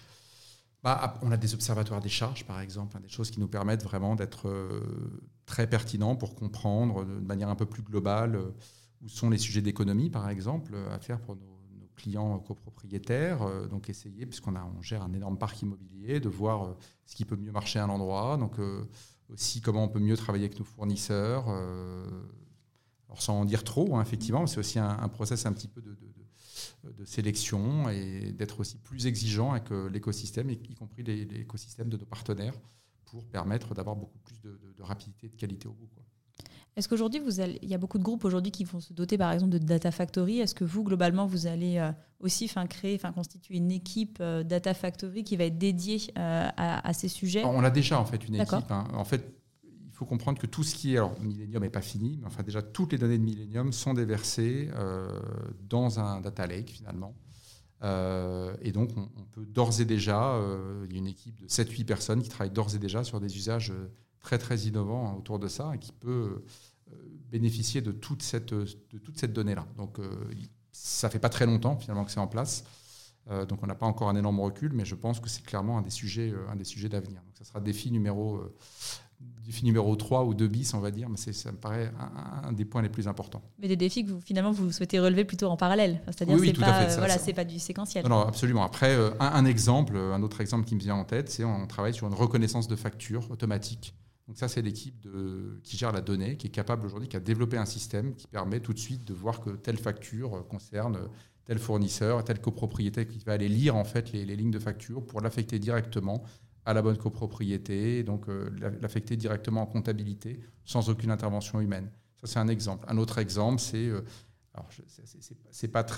On a des observatoires des charges, par exemple, des choses qui nous permettent vraiment d'être très pertinents pour comprendre de manière un peu plus globale où sont les sujets d'économie, par exemple, à faire pour nos clients copropriétaires, donc essayer, puisqu'on gère un énorme parc immobilier, de voir ce qui peut mieux marcher à un endroit, donc aussi comment on peut mieux travailler avec nos fournisseurs, alors sans en dire trop, effectivement, c'est aussi un process un petit peu de sélection et d'être aussi plus exigeant avec l'écosystème, y compris l'écosystème de nos partenaires, pour permettre d'avoir beaucoup plus de rapidité et de qualité au bout, quoi.
Est-ce qu'aujourd'hui, il y a beaucoup de groupes aujourd'hui qui vont se doter, par exemple, de Data Factory. Est-ce que vous, globalement, vous allez aussi constituer une équipe Data Factory qui va être dédiée à ces sujets ?
On a déjà en fait une équipe. En fait, il faut comprendre que tout ce qui est... Alors, Millennium n'est pas fini, mais enfin déjà, toutes les données de Millennium sont déversées dans un data lake, finalement. Et donc, on peut d'ores et déjà... il y a une équipe de 7-8 personnes qui travaillent d'ores et déjà sur des usages très, très innovants autour de ça et qui peut bénéficier de toute cette donnée-là. Donc, ça ne fait pas très longtemps, finalement, que c'est en place. Donc, on n'a pas encore un énorme recul, mais je pense que c'est clairement un des sujets d'avenir. Donc, ça sera défi numéro 3 ou 2 bis, on va dire, mais ça me paraît un des points les plus importants.
Mais des défis que vous souhaitez relever plutôt en parallèle. C'est-à-dire
oui, tout à fait.
C'est pas du séquentiel.
Non, absolument. Après, un autre exemple qui me vient en tête, c'est on travaille sur une reconnaissance de factures automatique. Donc ça, c'est l'équipe qui gère la donnée, qui est capable aujourd'hui, qui a développé un système qui permet tout de suite de voir que telle facture concerne tel fournisseur, telle copropriété, qui va aller lire en fait les lignes de facture pour l'affecter directement à la bonne copropriété, donc l'affecter directement en comptabilité sans aucune intervention humaine. Ça, c'est un exemple. Un autre exemple, c'est pas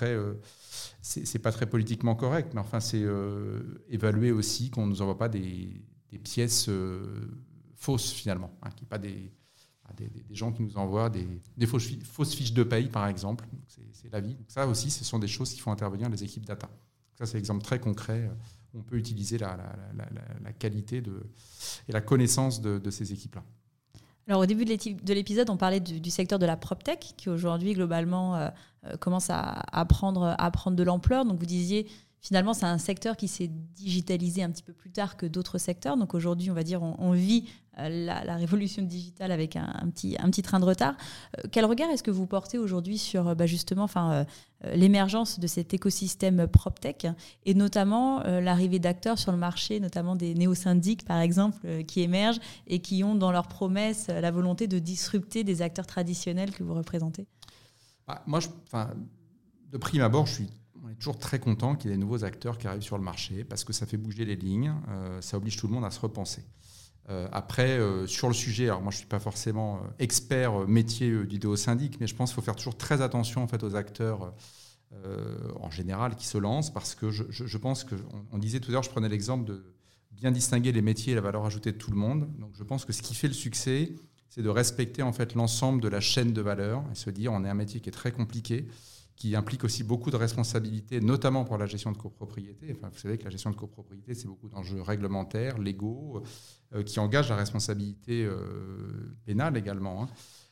très politiquement correct, mais enfin, c'est évaluer aussi qu'on ne nous envoie pas des pièces fausses, finalement, qu'il n'y ait pas des gens qui nous envoient des fausses fiches de paye, par exemple. Donc, c'est la vie. Donc, ça aussi, ce sont des choses qui font intervenir les équipes data. Donc, ça, c'est un exemple très concret où on peut utiliser la qualité et la connaissance de ces équipes-là.
Alors, au début de l'épisode, on parlait du secteur de la PropTech, qui aujourd'hui, globalement, commence à prendre de l'ampleur. Donc, vous disiez, finalement, c'est un secteur qui s'est digitalisé un petit peu plus tard que d'autres secteurs. Donc, aujourd'hui, on va dire, on vit la révolution digitale avec un petit train de retard. Quel regard est-ce que vous portez aujourd'hui sur justement l'émergence de cet écosystème PropTech et notamment l'arrivée d'acteurs sur le marché, notamment des néo-syndics par exemple, qui émergent et qui ont dans leurs promesses la volonté de disrupter des acteurs traditionnels que vous représentez ?
Moi, de prime abord, on est toujours très content qu'il y ait des nouveaux acteurs qui arrivent sur le marché parce que ça fait bouger les lignes, ça oblige tout le monde à se repenser. Après, sur le sujet, alors moi je ne suis pas forcément expert métier du néo-syndic, mais je pense qu'il faut faire toujours très attention en fait, aux acteurs en général qui se lancent parce que je pense qu'on disait tout à l'heure, je prenais l'exemple de bien distinguer les métiers et la valeur ajoutée de tout le monde. Donc je pense que ce qui fait le succès, c'est de respecter en fait, l'ensemble de la chaîne de valeur et se dire on est un métier qui est très compliqué. qui implique aussi beaucoup de responsabilités, notamment pour la gestion de copropriété. Enfin, vous savez que la gestion de copropriété, c'est beaucoup d'enjeux réglementaires, légaux, qui engagent la responsabilité pénale également.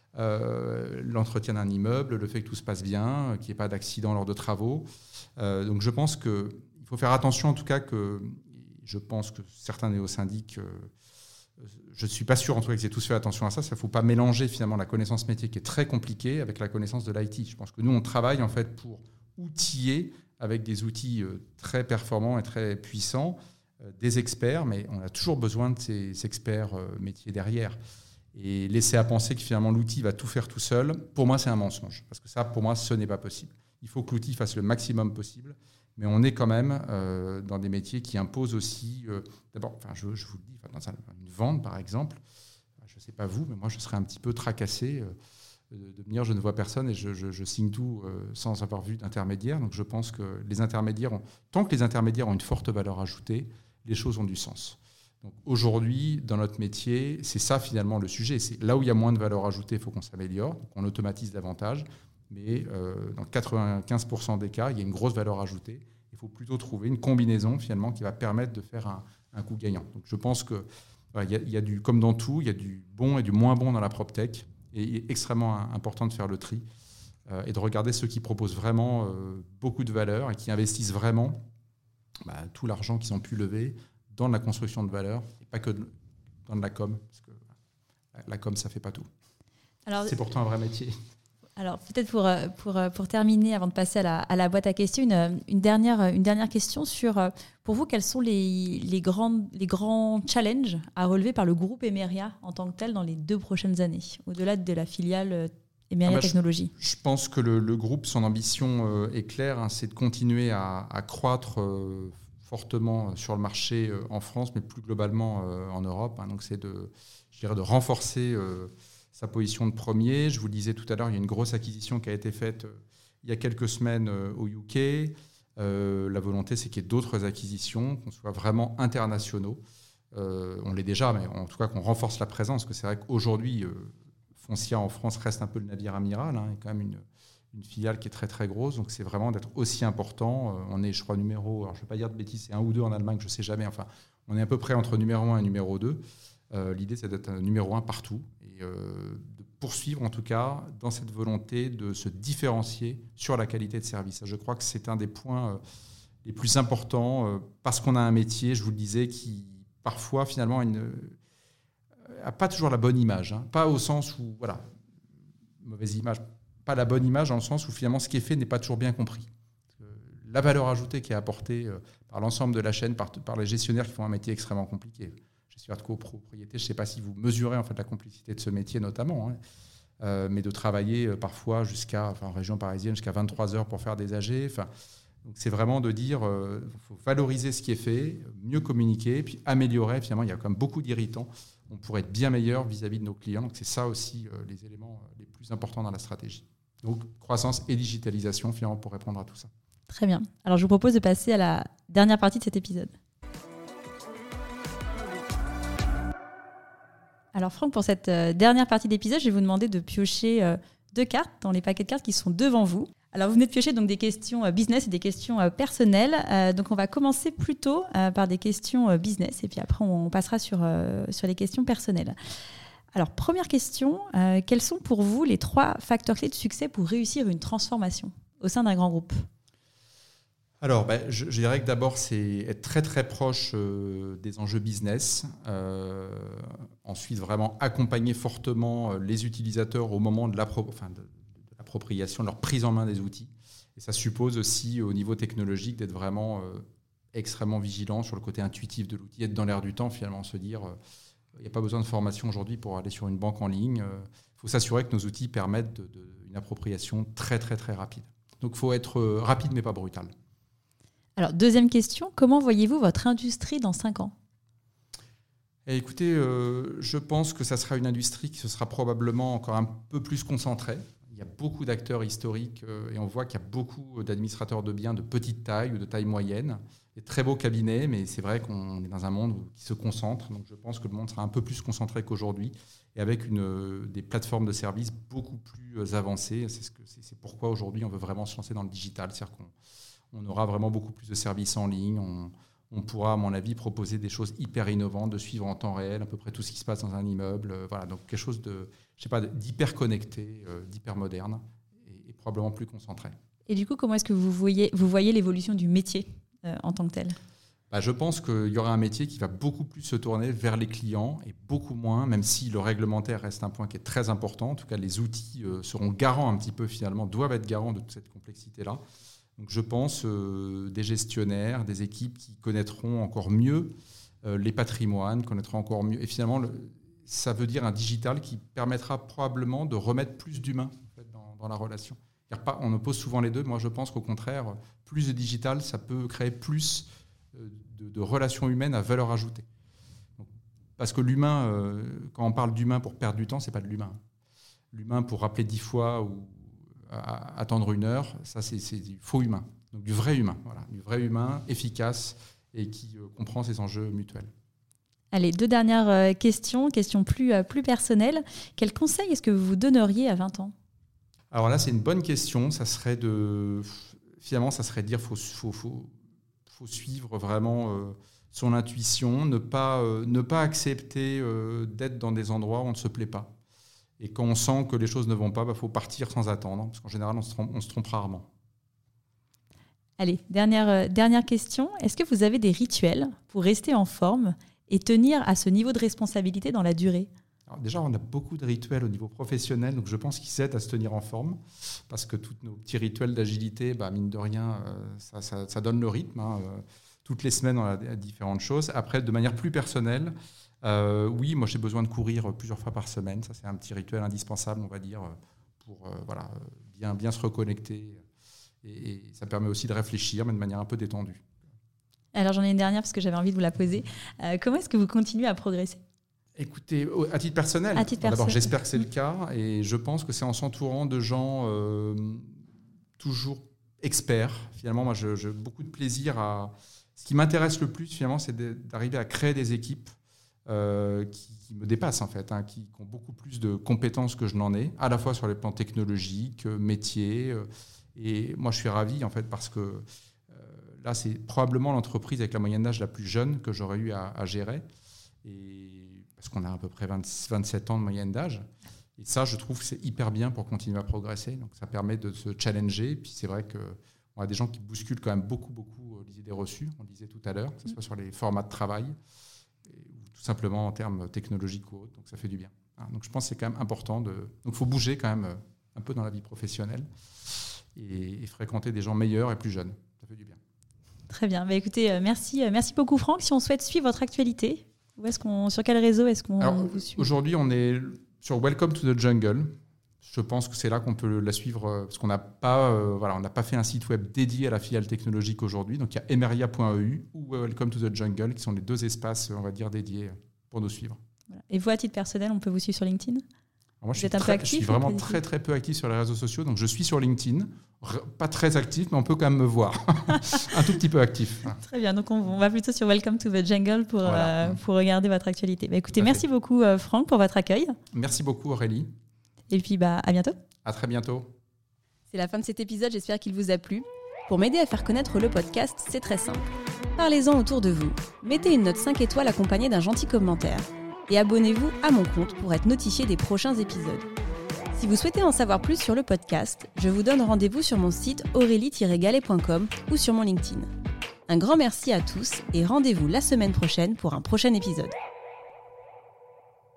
L'entretien d'un immeuble, le fait que tout se passe bien, qu'il n'y ait pas d'accident lors de travaux. Donc je pense qu'il faut faire attention, en tout cas, je pense que certains néo-syndics, je ne suis pas sûr en tout cas qu'ils aient tous fait attention à ça. Il ne faut pas mélanger finalement la connaissance métier qui est très compliquée avec la connaissance de l'IT. Je pense que nous, on travaille en fait pour outiller avec des outils très performants et très puissants, des experts, mais on a toujours besoin de ces experts métiers derrière. Et laisser à penser que finalement l'outil va tout faire tout seul, pour moi, c'est un mensonge. Parce que ça, pour moi, ce n'est pas possible. Il faut que l'outil fasse le maximum possible. Mais on est quand même dans des métiers qui imposent aussi... d'abord, je vous le dis, dans une vente, par exemple, je ne sais pas vous, mais moi, je serais un petit peu tracassé de me dire je ne vois personne et je signe tout sans avoir vu d'intermédiaire. Donc, je pense que tant que les intermédiaires ont une forte valeur ajoutée, les choses ont du sens. Donc, aujourd'hui, dans notre métier, c'est ça, finalement, le sujet. C'est là où il y a moins de valeur ajoutée, il faut qu'on s'améliore, qu'on automatise davantage. Mais dans 95% des cas, il y a une grosse valeur ajoutée. Il faut plutôt trouver une combinaison finalement qui va permettre de faire un coup gagnant. Donc je pense que y a comme dans tout, il y a du bon et du moins bon dans la PropTech. Et il est extrêmement important de faire le tri et de regarder ceux qui proposent vraiment beaucoup de valeur et qui investissent vraiment tout l'argent qu'ils ont pu lever dans la construction de valeur et pas que dans de la com. Parce que la com, ça ne fait pas tout. Alors, c'est pourtant un vrai métier.
Alors, peut-être pour terminer, avant de passer à la boîte à questions, une dernière question sur, pour vous, quels sont les grands challenges à relever par le groupe Emeria en tant que tel dans les 2 prochaines années, au-delà de la filiale Emeria Technologies?
Je pense que le groupe, son ambition est claire, c'est de continuer à croître fortement sur le marché en France, mais plus globalement en Europe. Donc, c'est de renforcer... sa position de premier. Je vous le disais tout à l'heure, il y a une grosse acquisition qui a été faite il y a quelques semaines au UK. La volonté, c'est qu'il y ait d'autres acquisitions, qu'on soit vraiment internationaux. On l'est déjà, mais en tout cas qu'on renforce la présence. Parce que c'est vrai qu'aujourd'hui, Foncia en France reste un peu le navire amiral. Il y a quand même une filiale qui est très très grosse. Donc c'est vraiment d'être aussi important. On est, je crois, numéro... Alors je ne vais pas dire de bêtises, c'est 1 ou 2 en Allemagne, je ne sais jamais. Enfin, on est à peu près entre numéro 1 et numéro 2. L'idée, c'est d'être numéro 1 partout. De poursuivre en tout cas dans cette volonté de se différencier sur la qualité de service. Je crois que c'est un des points les plus importants parce qu'on a un métier, je vous le disais, qui parfois finalement n'a pas toujours la bonne image. Pas au sens où, mauvaise image, pas la bonne image dans le sens où finalement ce qui est fait n'est pas toujours bien compris. La valeur ajoutée qui est apportée par l'ensemble de la chaîne, par les gestionnaires qui font un métier extrêmement compliqué. Gestionnaire de copropriété, je ne sais pas si vous mesurez en fait la complexité de ce métier notamment, mais de travailler parfois en région parisienne jusqu'à 23 heures pour faire des AG. Donc c'est vraiment de dire faut valoriser ce qui est fait, mieux communiquer, puis améliorer. Finalement, il y a quand même beaucoup d'irritants. On pourrait être bien meilleur vis-à-vis de nos clients. Donc c'est ça aussi les éléments les plus importants dans la stratégie. Donc croissance et digitalisation finalement pour répondre à tout ça.
Très bien. Alors je vous propose de passer à la dernière partie de cet épisode. Alors Franck, pour cette dernière partie d'épisode, je vais vous demander de piocher 2 cartes dans les paquets de cartes qui sont devant vous. Alors vous venez de piocher donc des questions business et des questions personnelles. Donc on va commencer plutôt par des questions business et puis après on passera sur les questions personnelles. Alors première question, quels sont pour vous les 3 facteurs clés de succès pour réussir une transformation au sein d'un grand groupe ?
Alors, je dirais que d'abord, c'est être très très proche des enjeux business. Ensuite, vraiment accompagner fortement les utilisateurs au moment de l'appropriation, de leur prise en main des outils. Et ça suppose aussi, au niveau technologique, d'être vraiment extrêmement vigilant sur le côté intuitif de l'outil, être dans l'air du temps, finalement, se dire il n'y a pas besoin de formation aujourd'hui pour aller sur une banque en ligne. Il faut s'assurer que nos outils permettent une appropriation très très très rapide. Donc, il faut être rapide mais pas brutal.
Alors, deuxième question, comment voyez-vous votre industrie dans 5 ans ?
Écoutez, je pense que ça sera une industrie qui se sera probablement encore un peu plus concentrée. Il y a beaucoup d'acteurs historiques et on voit qu'il y a beaucoup d'administrateurs de biens de petite taille ou de taille moyenne. des très beaux cabinets, mais c'est vrai qu'on est dans un monde qui se concentre. Donc je pense que le monde sera un peu plus concentré qu'aujourd'hui et avec des plateformes de services beaucoup plus avancées. C'est pourquoi aujourd'hui on veut vraiment se lancer dans le digital. C'est-à-dire qu'on aura vraiment beaucoup plus de services en ligne. On pourra, à mon avis, proposer des choses hyper innovantes, de suivre en temps réel à peu près tout ce qui se passe dans un immeuble. Voilà, donc quelque chose d'hyper connecté, d'hyper moderne et probablement plus concentré.
Et du coup, comment est-ce que vous voyez l'évolution du métier en tant que tel ?
Je pense qu'il y aura un métier qui va beaucoup plus se tourner vers les clients et beaucoup moins, même si le réglementaire reste un point qui est très important. En tout cas, les outils seront garants un petit peu finalement, doivent être garants de toute cette complexité-là. Donc je pense des gestionnaires, des équipes qui connaîtront encore mieux les patrimoines, connaîtront encore mieux. Et finalement, ça veut dire un digital qui permettra probablement de remettre plus d'humain en fait, dans la relation. On oppose souvent les deux. Moi, je pense qu'au contraire, plus de digital, ça peut créer plus de relations humaines à valeur ajoutée. Donc, parce que l'humain, quand on parle d'humain pour perdre du temps, ce n'est pas de l'humain. L'humain pour rappeler 10 fois ou attendre 1 heure, ça c'est du faux humain. Donc du vrai humain, voilà, du vrai humain efficace et qui comprend ses enjeux mutuels.
Allez, 2 dernières questions plus personnelles. Quel conseil est-ce que vous donneriez à 20 ans ?
Alors là, c'est une bonne question. Finalement, ça serait dire faut suivre vraiment son intuition, ne pas accepter d'être dans des endroits où on ne se plaît pas. Et quand on sent que les choses ne vont pas, faut partir sans attendre, parce qu'en général, on se trompe rarement.
Allez, dernière question. Est-ce que vous avez des rituels pour rester en forme et tenir à ce niveau de responsabilité dans la durée ?
Alors déjà, on a beaucoup de rituels au niveau professionnel, donc je pense qu'ils aident à se tenir en forme, parce que tous nos petits rituels d'agilité, mine de rien, ça donne le rythme. Toutes les semaines, on a différentes choses. Après, de manière plus personnelle, oui, moi j'ai besoin de courir plusieurs fois par semaine. Ça, c'est un petit rituel indispensable, on va dire, pour bien se reconnecter. Et ça permet aussi de réfléchir, mais de manière un peu détendue.
Alors j'en ai une dernière parce que j'avais envie de vous la poser. Comment est-ce que vous continuez à progresser ?
Écoutez, à titre personnel, d'abord j'espère que c'est le cas et je pense que c'est en s'entourant de gens toujours experts. Finalement, moi j'ai beaucoup de plaisir Ce qui m'intéresse le plus finalement, c'est d'arriver à créer des équipes qui me dépassent en fait, qui ont beaucoup plus de compétences que je n'en ai, à la fois sur les plans technologiques, métiers. Et moi je suis ravi en fait parce que là c'est probablement l'entreprise avec la moyenne d'âge la plus jeune que j'aurais eu à gérer. Et parce qu'on a à peu près 27 ans de moyenne d'âge. Et ça, je trouve que c'est hyper bien pour continuer à progresser. Donc, ça permet de se challenger. Et puis, c'est vrai qu'on a des gens qui bousculent quand même beaucoup les idées reçues, on le disait tout à l'heure, que ce soit sur les formats de travail ou tout simplement en termes technologiques ou autres. Donc, ça fait du bien. Donc, je pense que c'est quand même important. Donc, il faut bouger quand même un peu dans la vie professionnelle et fréquenter des gens meilleurs et plus jeunes. Ça fait du bien.
Très bien. Écoutez, merci beaucoup, Franck. Si on souhaite suivre votre actualité, sur quel réseau est-ce qu'on vous suit ?
Aujourd'hui, on est sur Welcome to the Jungle. Je pense que c'est là qu'on peut la suivre parce qu'on n'a pas fait un site web dédié à la filiale technologique aujourd'hui. Donc, il y a emeria.eu ou Welcome to the Jungle qui sont les 2 espaces, on va dire, dédiés pour nous suivre.
Voilà. Et vous, à titre personnel, on peut vous suivre sur LinkedIn ?
Moi, je suis vraiment très, très peu actif sur les réseaux sociaux. Donc, je suis sur LinkedIn. Pas très actif, mais on peut quand même me voir. Un tout petit peu actif.
Très bien. Donc, on va plutôt sur Welcome to the Jungle pour regarder votre actualité. Écoutez, merci beaucoup, Franck, pour votre accueil.
Merci beaucoup, Aurélie.
Et puis, à bientôt.
À très bientôt.
C'est la fin de cet épisode. J'espère qu'il vous a plu. Pour m'aider à faire connaître le podcast, c'est très simple. Parlez-en autour de vous. Mettez une note 5 étoiles accompagnée d'un gentil commentaire. Et abonnez-vous à mon compte pour être notifié des prochains épisodes. Si vous souhaitez en savoir plus sur le podcast, je vous donne rendez-vous sur mon site aurélie-gallet.com ou sur mon LinkedIn. Un grand merci à tous et rendez-vous la semaine prochaine pour un prochain épisode.